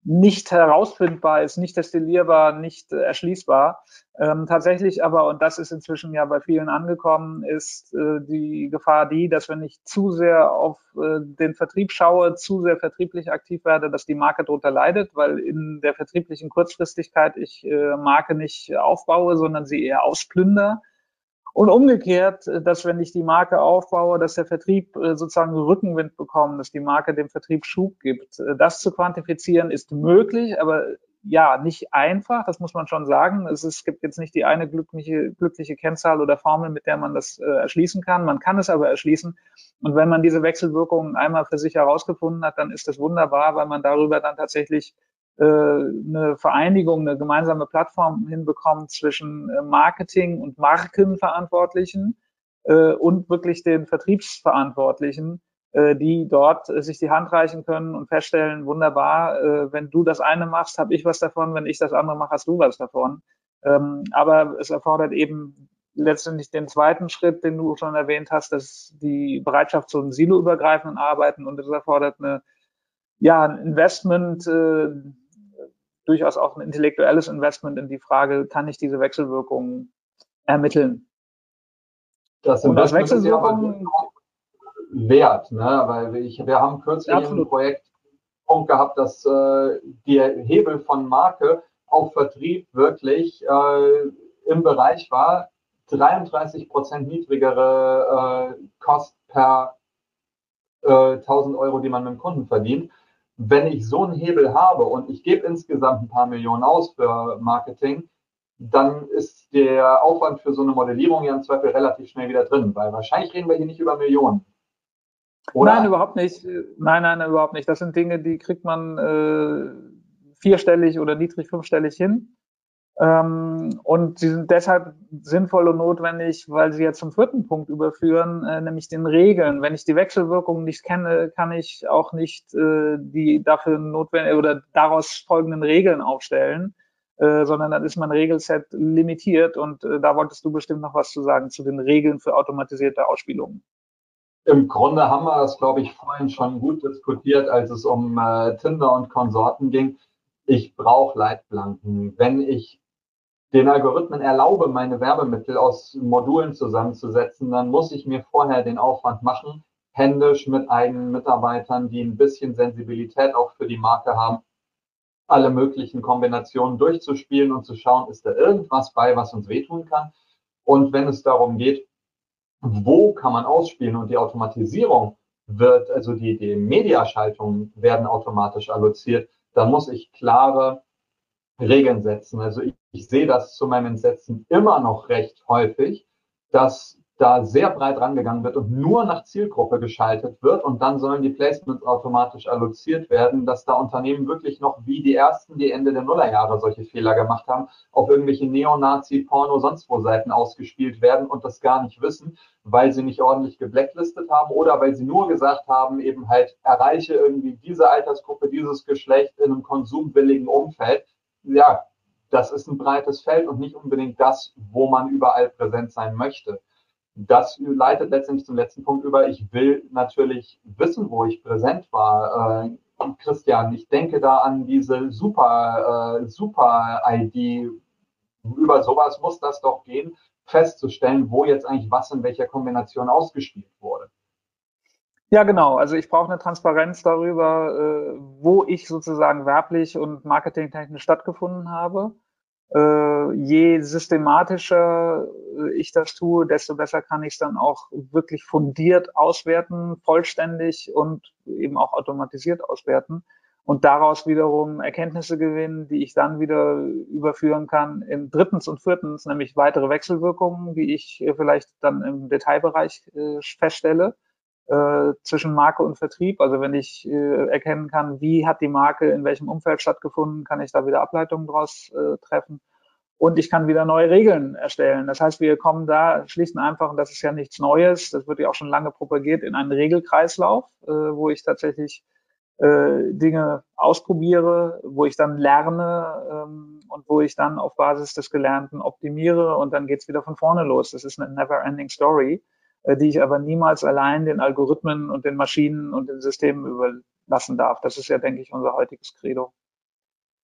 nicht herausfindbar ist, nicht destillierbar, nicht äh, erschließbar. Ähm, tatsächlich aber, und das ist inzwischen ja bei vielen angekommen, ist äh, die Gefahr die, dass wenn ich zu sehr auf äh, den Vertrieb schaue, zu sehr vertrieblich aktiv werde, dass die Marke darunter leidet, weil in der vertrieblichen Kurzfristigkeit ich äh, Marke nicht aufbaue, sondern sie eher ausplünder. Und umgekehrt, dass wenn ich die Marke aufbaue, dass der Vertrieb sozusagen Rückenwind bekommt, dass die Marke dem Vertrieb Schub gibt. Das zu quantifizieren ist möglich, aber ja, nicht einfach, das muss man schon sagen. Es, ist, es gibt jetzt nicht die eine glückliche, glückliche Kennzahl oder Formel, mit der man das äh, erschließen kann. Man kann es aber erschließen. Und wenn man diese Wechselwirkungen einmal für sich herausgefunden hat, dann ist das wunderbar, weil man darüber dann tatsächlich eine Vereinigung, eine gemeinsame Plattform hinbekommt zwischen Marketing und Markenverantwortlichen äh, und wirklich den Vertriebsverantwortlichen, äh, die dort äh, sich die Hand reichen können und feststellen, wunderbar, äh, wenn du das eine machst, habe ich was davon, wenn ich das andere mache, hast du was davon. Ähm, aber es erfordert eben letztendlich den zweiten Schritt, den du schon erwähnt hast, dass die Bereitschaft zum siloübergreifenden Arbeiten, und es erfordert eine ja, ein Investment, äh, durchaus auch ein intellektuelles Investment in die Frage, kann ich diese Wechselwirkungen ermitteln? Das Und aus Investment ist ja aber Wechselwirkungen wert, ne? Weil ich, wir haben kürzlich absolut. ein Projekt Punkt gehabt, dass äh, der Hebel von Marke auf Vertrieb wirklich äh, im Bereich war, dreiunddreißig Prozent niedrigere äh, Kost per äh, tausend Euro, die man mit dem Kunden verdient. Wenn ich so einen Hebel habe und ich gebe insgesamt ein paar Millionen aus für Marketing, dann ist der Aufwand für so eine Modellierung ja im Zweifel relativ schnell wieder drin, weil wahrscheinlich reden wir hier nicht über Millionen. Oder? Nein, überhaupt nicht. Nein, nein, überhaupt nicht. Das sind Dinge, die kriegt man äh, vierstellig oder niedrig fünfstellig hin. Ähm, und sie sind deshalb sinnvoll und notwendig, weil sie jetzt zum vierten Punkt überführen, äh, nämlich den Regeln. Wenn ich die Wechselwirkungen nicht kenne, kann ich auch nicht äh, die dafür notwendigen oder daraus folgenden Regeln aufstellen, äh, sondern dann ist mein Regelset limitiert. Und äh, da wolltest du bestimmt noch was zu sagen zu den Regeln für automatisierte Ausspielungen. Im Grunde haben wir das, glaube ich, vorhin schon gut diskutiert, als es um äh, Tinder und Konsorten ging. Ich brauche Leitplanken. Wenn ich den Algorithmen erlaube, meine Werbemittel aus Modulen zusammenzusetzen, dann muss ich mir vorher den Aufwand machen, händisch mit eigenen Mitarbeitern, die ein bisschen Sensibilität auch für die Marke haben, alle möglichen Kombinationen durchzuspielen und zu schauen, ist da irgendwas bei, was uns wehtun kann. Und wenn es darum geht, wo kann man ausspielen und die Automatisierung wird, also die, die Mediaschaltungen werden automatisch alloziert, dann muss ich klare Regeln setzen. Also ich, ich sehe das zu meinem Entsetzen immer noch recht häufig, dass da sehr breit rangegangen wird und nur nach Zielgruppe geschaltet wird und dann sollen die Placements automatisch alloziert werden, dass da Unternehmen wirklich noch wie die ersten, die Ende der Nullerjahre solche Fehler gemacht haben, auf irgendwelche Neonazi, Porno, sonst wo Seiten ausgespielt werden und das gar nicht wissen, weil sie nicht ordentlich geblacklistet haben oder weil sie nur gesagt haben, eben halt erreiche irgendwie diese Altersgruppe, dieses Geschlecht in einem konsumwilligen Umfeld. Ja, das ist ein breites Feld und nicht unbedingt das, wo man überall präsent sein möchte. Das leitet letztendlich zum letzten Punkt über. Ich will natürlich wissen, wo ich präsent war. Äh, Christian, ich denke da an diese super, äh, super I D. Über sowas muss das doch gehen, festzustellen, wo jetzt eigentlich was in welcher Kombination ausgespielt wurde. Ja, genau. Also ich brauche eine Transparenz darüber, äh, wo ich sozusagen werblich und marketingtechnisch stattgefunden habe. Äh, je systematischer äh, ich das tue, desto besser kann ich es dann auch wirklich fundiert auswerten, vollständig und eben auch automatisiert auswerten und daraus wiederum Erkenntnisse gewinnen, die ich dann wieder überführen kann in drittens und viertens, nämlich weitere Wechselwirkungen, die ich äh, vielleicht dann im Detailbereich äh, feststelle. Äh, zwischen Marke und Vertrieb. Also wenn ich äh, erkennen kann, wie hat die Marke in welchem Umfeld stattgefunden, kann ich da wieder Ableitungen draus äh, treffen. Und ich kann wieder neue Regeln erstellen. Das heißt, wir kommen da schlicht und einfach, und das ist ja nichts Neues, das wird ja auch schon lange propagiert, in einen Regelkreislauf, äh, wo ich tatsächlich äh, Dinge ausprobiere, wo ich dann lerne ähm, und wo ich dann auf Basis des Gelernten optimiere und dann geht's wieder von vorne los. Das ist eine never-ending Story, die ich aber niemals allein den Algorithmen und den Maschinen und den Systemen überlassen darf. Das ist ja, denke ich, unser heutiges Credo.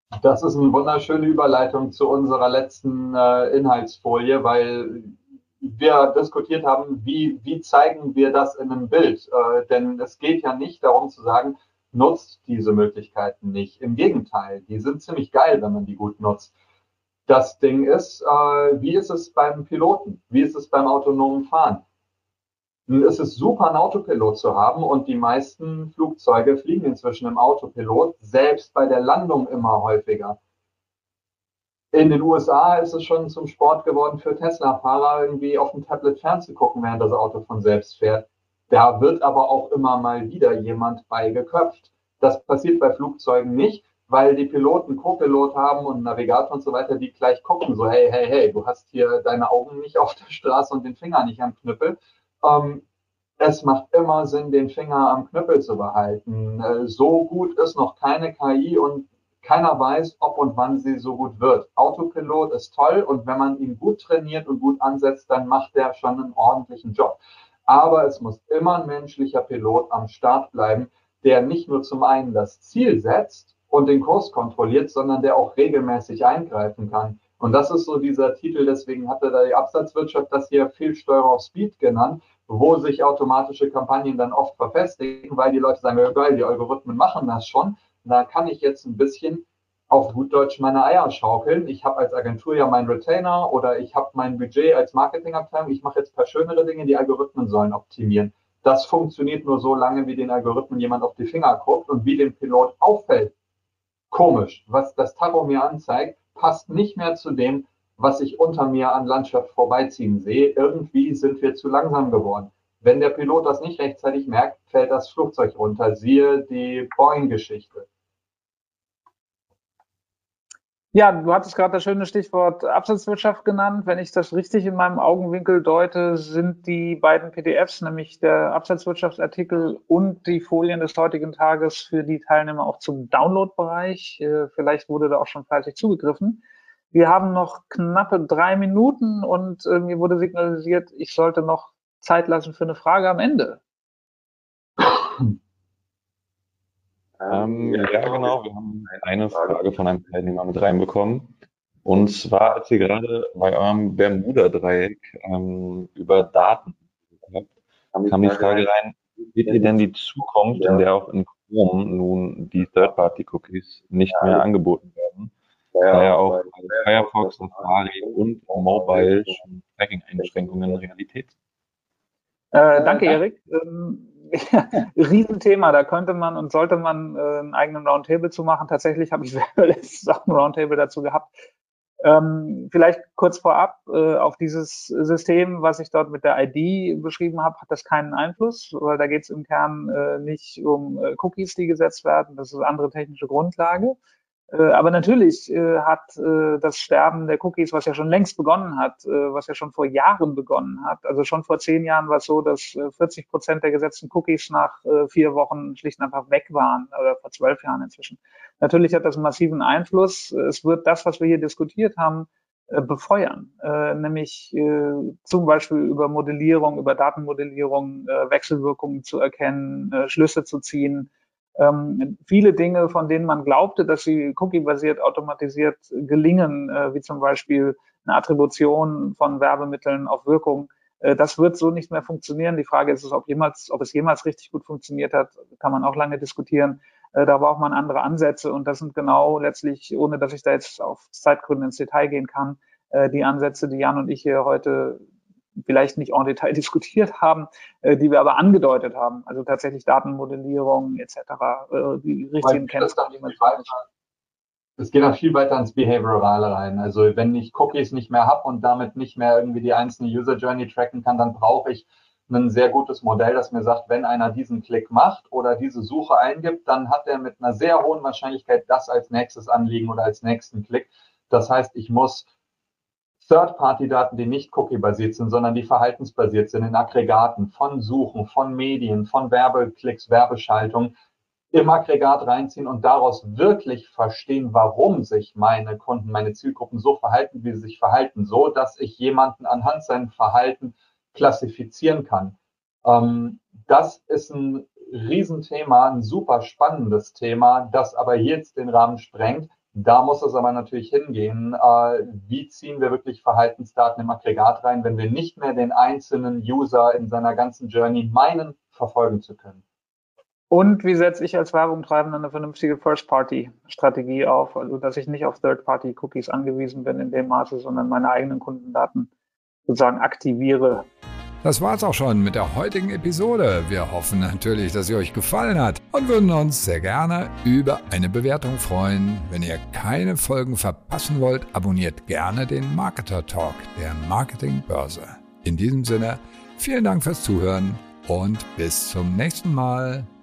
Das ist eine wunderschöne Überleitung zu unserer letzten äh, Inhaltsfolie, weil wir diskutiert haben, wie, wie zeigen wir das in einem Bild? Äh, denn es geht ja nicht darum zu sagen, nutzt diese Möglichkeiten nicht. Im Gegenteil, die sind ziemlich geil, wenn man die gut nutzt. Das Ding ist, äh, wie ist es beim Piloten? Wie ist es beim autonomen Fahren? Nun ist es super, einen Autopilot zu haben und die meisten Flugzeuge fliegen inzwischen im Autopilot, selbst bei der Landung immer häufiger. In den U S A ist es schon zum Sport geworden für Tesla-Fahrer, irgendwie auf dem Tablet fernzugucken, während das Auto von selbst fährt. Da wird aber auch immer mal wieder jemand bei geköpft. Das passiert bei Flugzeugen nicht, weil die Piloten Co-Pilot haben und Navigator und so weiter, die gleich gucken, so hey, hey, hey, du hast hier deine Augen nicht auf der Straße und den Finger nicht am Knüppel. Ähm, es macht immer Sinn, den Finger am Knüppel zu behalten. Äh, so gut ist noch keine K I und keiner weiß, ob und wann sie so gut wird. Autopilot ist toll und wenn man ihn gut trainiert und gut ansetzt, dann macht der schon einen ordentlichen Job. Aber es muss immer ein menschlicher Pilot am Start bleiben, der nicht nur zum einen das Ziel setzt und den Kurs kontrolliert, sondern der auch regelmäßig eingreifen kann. Und das ist so dieser Titel, deswegen hatte da die Absatzwirtschaft das hier Fehlsteuerung auf Speed genannt, wo sich automatische Kampagnen dann oft verfestigen, weil die Leute sagen, ja, geil, die Algorithmen machen das schon. Da kann ich jetzt ein bisschen auf gut Deutsch meine Eier schaukeln. Ich habe als Agentur ja meinen Retainer oder ich habe mein Budget als Marketingabteilung. Ich mache jetzt ein paar schönere Dinge, die Algorithmen sollen optimieren. Das funktioniert nur so lange, wie den Algorithmen jemand auf die Finger guckt und wie dem Pilot auffällt. Komisch, was das Tacho mir anzeigt, passt nicht mehr zu dem, was ich unter mir an Landschaft vorbeiziehen sehe. Irgendwie sind wir zu langsam geworden. Wenn der Pilot das nicht rechtzeitig merkt, fällt das Flugzeug runter. Siehe die Boeing-Geschichte. Ja, du hattest gerade das schöne Stichwort Absatzwirtschaft genannt. Wenn ich das richtig in meinem Augenwinkel deute, sind die beiden P D Fs, nämlich der Absatzwirtschaftsartikel und die Folien des heutigen Tages für die Teilnehmer auch zum Download-Bereich. Vielleicht wurde da auch schon fleißig zugegriffen. Wir haben noch knappe drei Minuten und mir wurde signalisiert, ich sollte noch Zeit lassen für eine Frage am Ende. Ähm, ja, genau. Wir haben eine Frage von einem Teilnehmer mit reinbekommen. Und zwar, als ihr gerade bei eurem Bermuda-Dreieck ähm, über Daten habt, kam die Frage rein, seht ihr denn die Zukunft, in der auch in Chrome nun die Third-Party-Cookies nicht mehr angeboten werden, da ja auch bei Firefox, Safari und Mobile schon Tracking-Einschränkungen Realität sind? Äh, danke, Erik. Ähm, ja, Riesenthema, da könnte man und sollte man äh, einen eigenen Roundtable zu machen. Tatsächlich habe ich selber letztens auch einen Roundtable dazu gehabt. Ähm, vielleicht kurz vorab, äh, auf dieses System, was ich dort mit der I D beschrieben habe, hat das keinen Einfluss, weil da geht es im Kern äh, nicht um äh, Cookies, die gesetzt werden. Das ist eine andere technische Grundlage. Äh, aber natürlich äh, hat äh, das Sterben der Cookies, was ja schon längst begonnen hat, äh, was ja schon vor Jahren begonnen hat, also schon vor zehn Jahren war es so, dass äh, vierzig Prozent der gesetzten Cookies nach äh, vier Wochen schlicht und einfach weg waren, oder vor zwölf Jahren inzwischen. Natürlich hat das einen massiven Einfluss. Es wird das, was wir hier diskutiert haben, äh, befeuern, äh, nämlich äh, zum Beispiel über Modellierung, über Datenmodellierung, äh, Wechselwirkungen zu erkennen, äh, Schlüsse zu ziehen. Ähm, viele Dinge, von denen man glaubte, dass sie cookie-basiert automatisiert gelingen, äh, wie zum Beispiel eine Attribution von Werbemitteln auf Wirkung, äh, das wird so nicht mehr funktionieren. Die Frage ist, ob, jemals, ob es jemals richtig gut funktioniert hat, kann man auch lange diskutieren. Äh, da braucht man andere Ansätze und das sind genau letztlich, ohne dass ich da jetzt auf Zeitgründen ins Detail gehen kann, äh, die Ansätze, die Jan und ich hier heute vielleicht nicht en Detail diskutiert haben, äh, die wir aber angedeutet haben. Also tatsächlich Datenmodellierung et cetera, äh, die richtigen Kennzahlen. Es geht dann viel weiter ins Behaviorale rein. Also wenn ich Cookies nicht mehr habe und damit nicht mehr irgendwie die einzelne User Journey tracken kann, dann brauche ich ein sehr gutes Modell, das mir sagt, wenn einer diesen Klick macht oder diese Suche eingibt, dann hat er mit einer sehr hohen Wahrscheinlichkeit das als nächstes anliegen oder als nächsten Klick. Das heißt, ich muss Third-Party-Daten, die nicht cookie-basiert sind, sondern die verhaltensbasiert sind, in Aggregaten von Suchen, von Medien, von Werbeklicks, Werbeschaltung, im Aggregat reinziehen und daraus wirklich verstehen, warum sich meine Kunden, meine Zielgruppen so verhalten, wie sie sich verhalten, so dass ich jemanden anhand seinem Verhalten klassifizieren kann. Ähm, das ist ein Riesenthema, ein super spannendes Thema, das aber jetzt den Rahmen sprengt. Da muss es aber natürlich hingehen, äh, wie ziehen wir wirklich Verhaltensdaten im Aggregat rein, wenn wir nicht mehr den einzelnen User in seiner ganzen Journey meinen, verfolgen zu können. Und wie setze ich als Werbungtreibender eine vernünftige First-Party-Strategie auf, also dass ich nicht auf Third-Party-Cookies angewiesen bin in dem Maße, sondern meine eigenen Kundendaten sozusagen aktiviere. Das war's auch schon mit der heutigen Episode. Wir hoffen natürlich, dass sie euch gefallen hat und würden uns sehr gerne über eine Bewertung freuen. Wenn ihr keine Folgen verpassen wollt, abonniert gerne den Marketer Talk der Marketingbörse. In diesem Sinne, vielen Dank fürs Zuhören und bis zum nächsten Mal.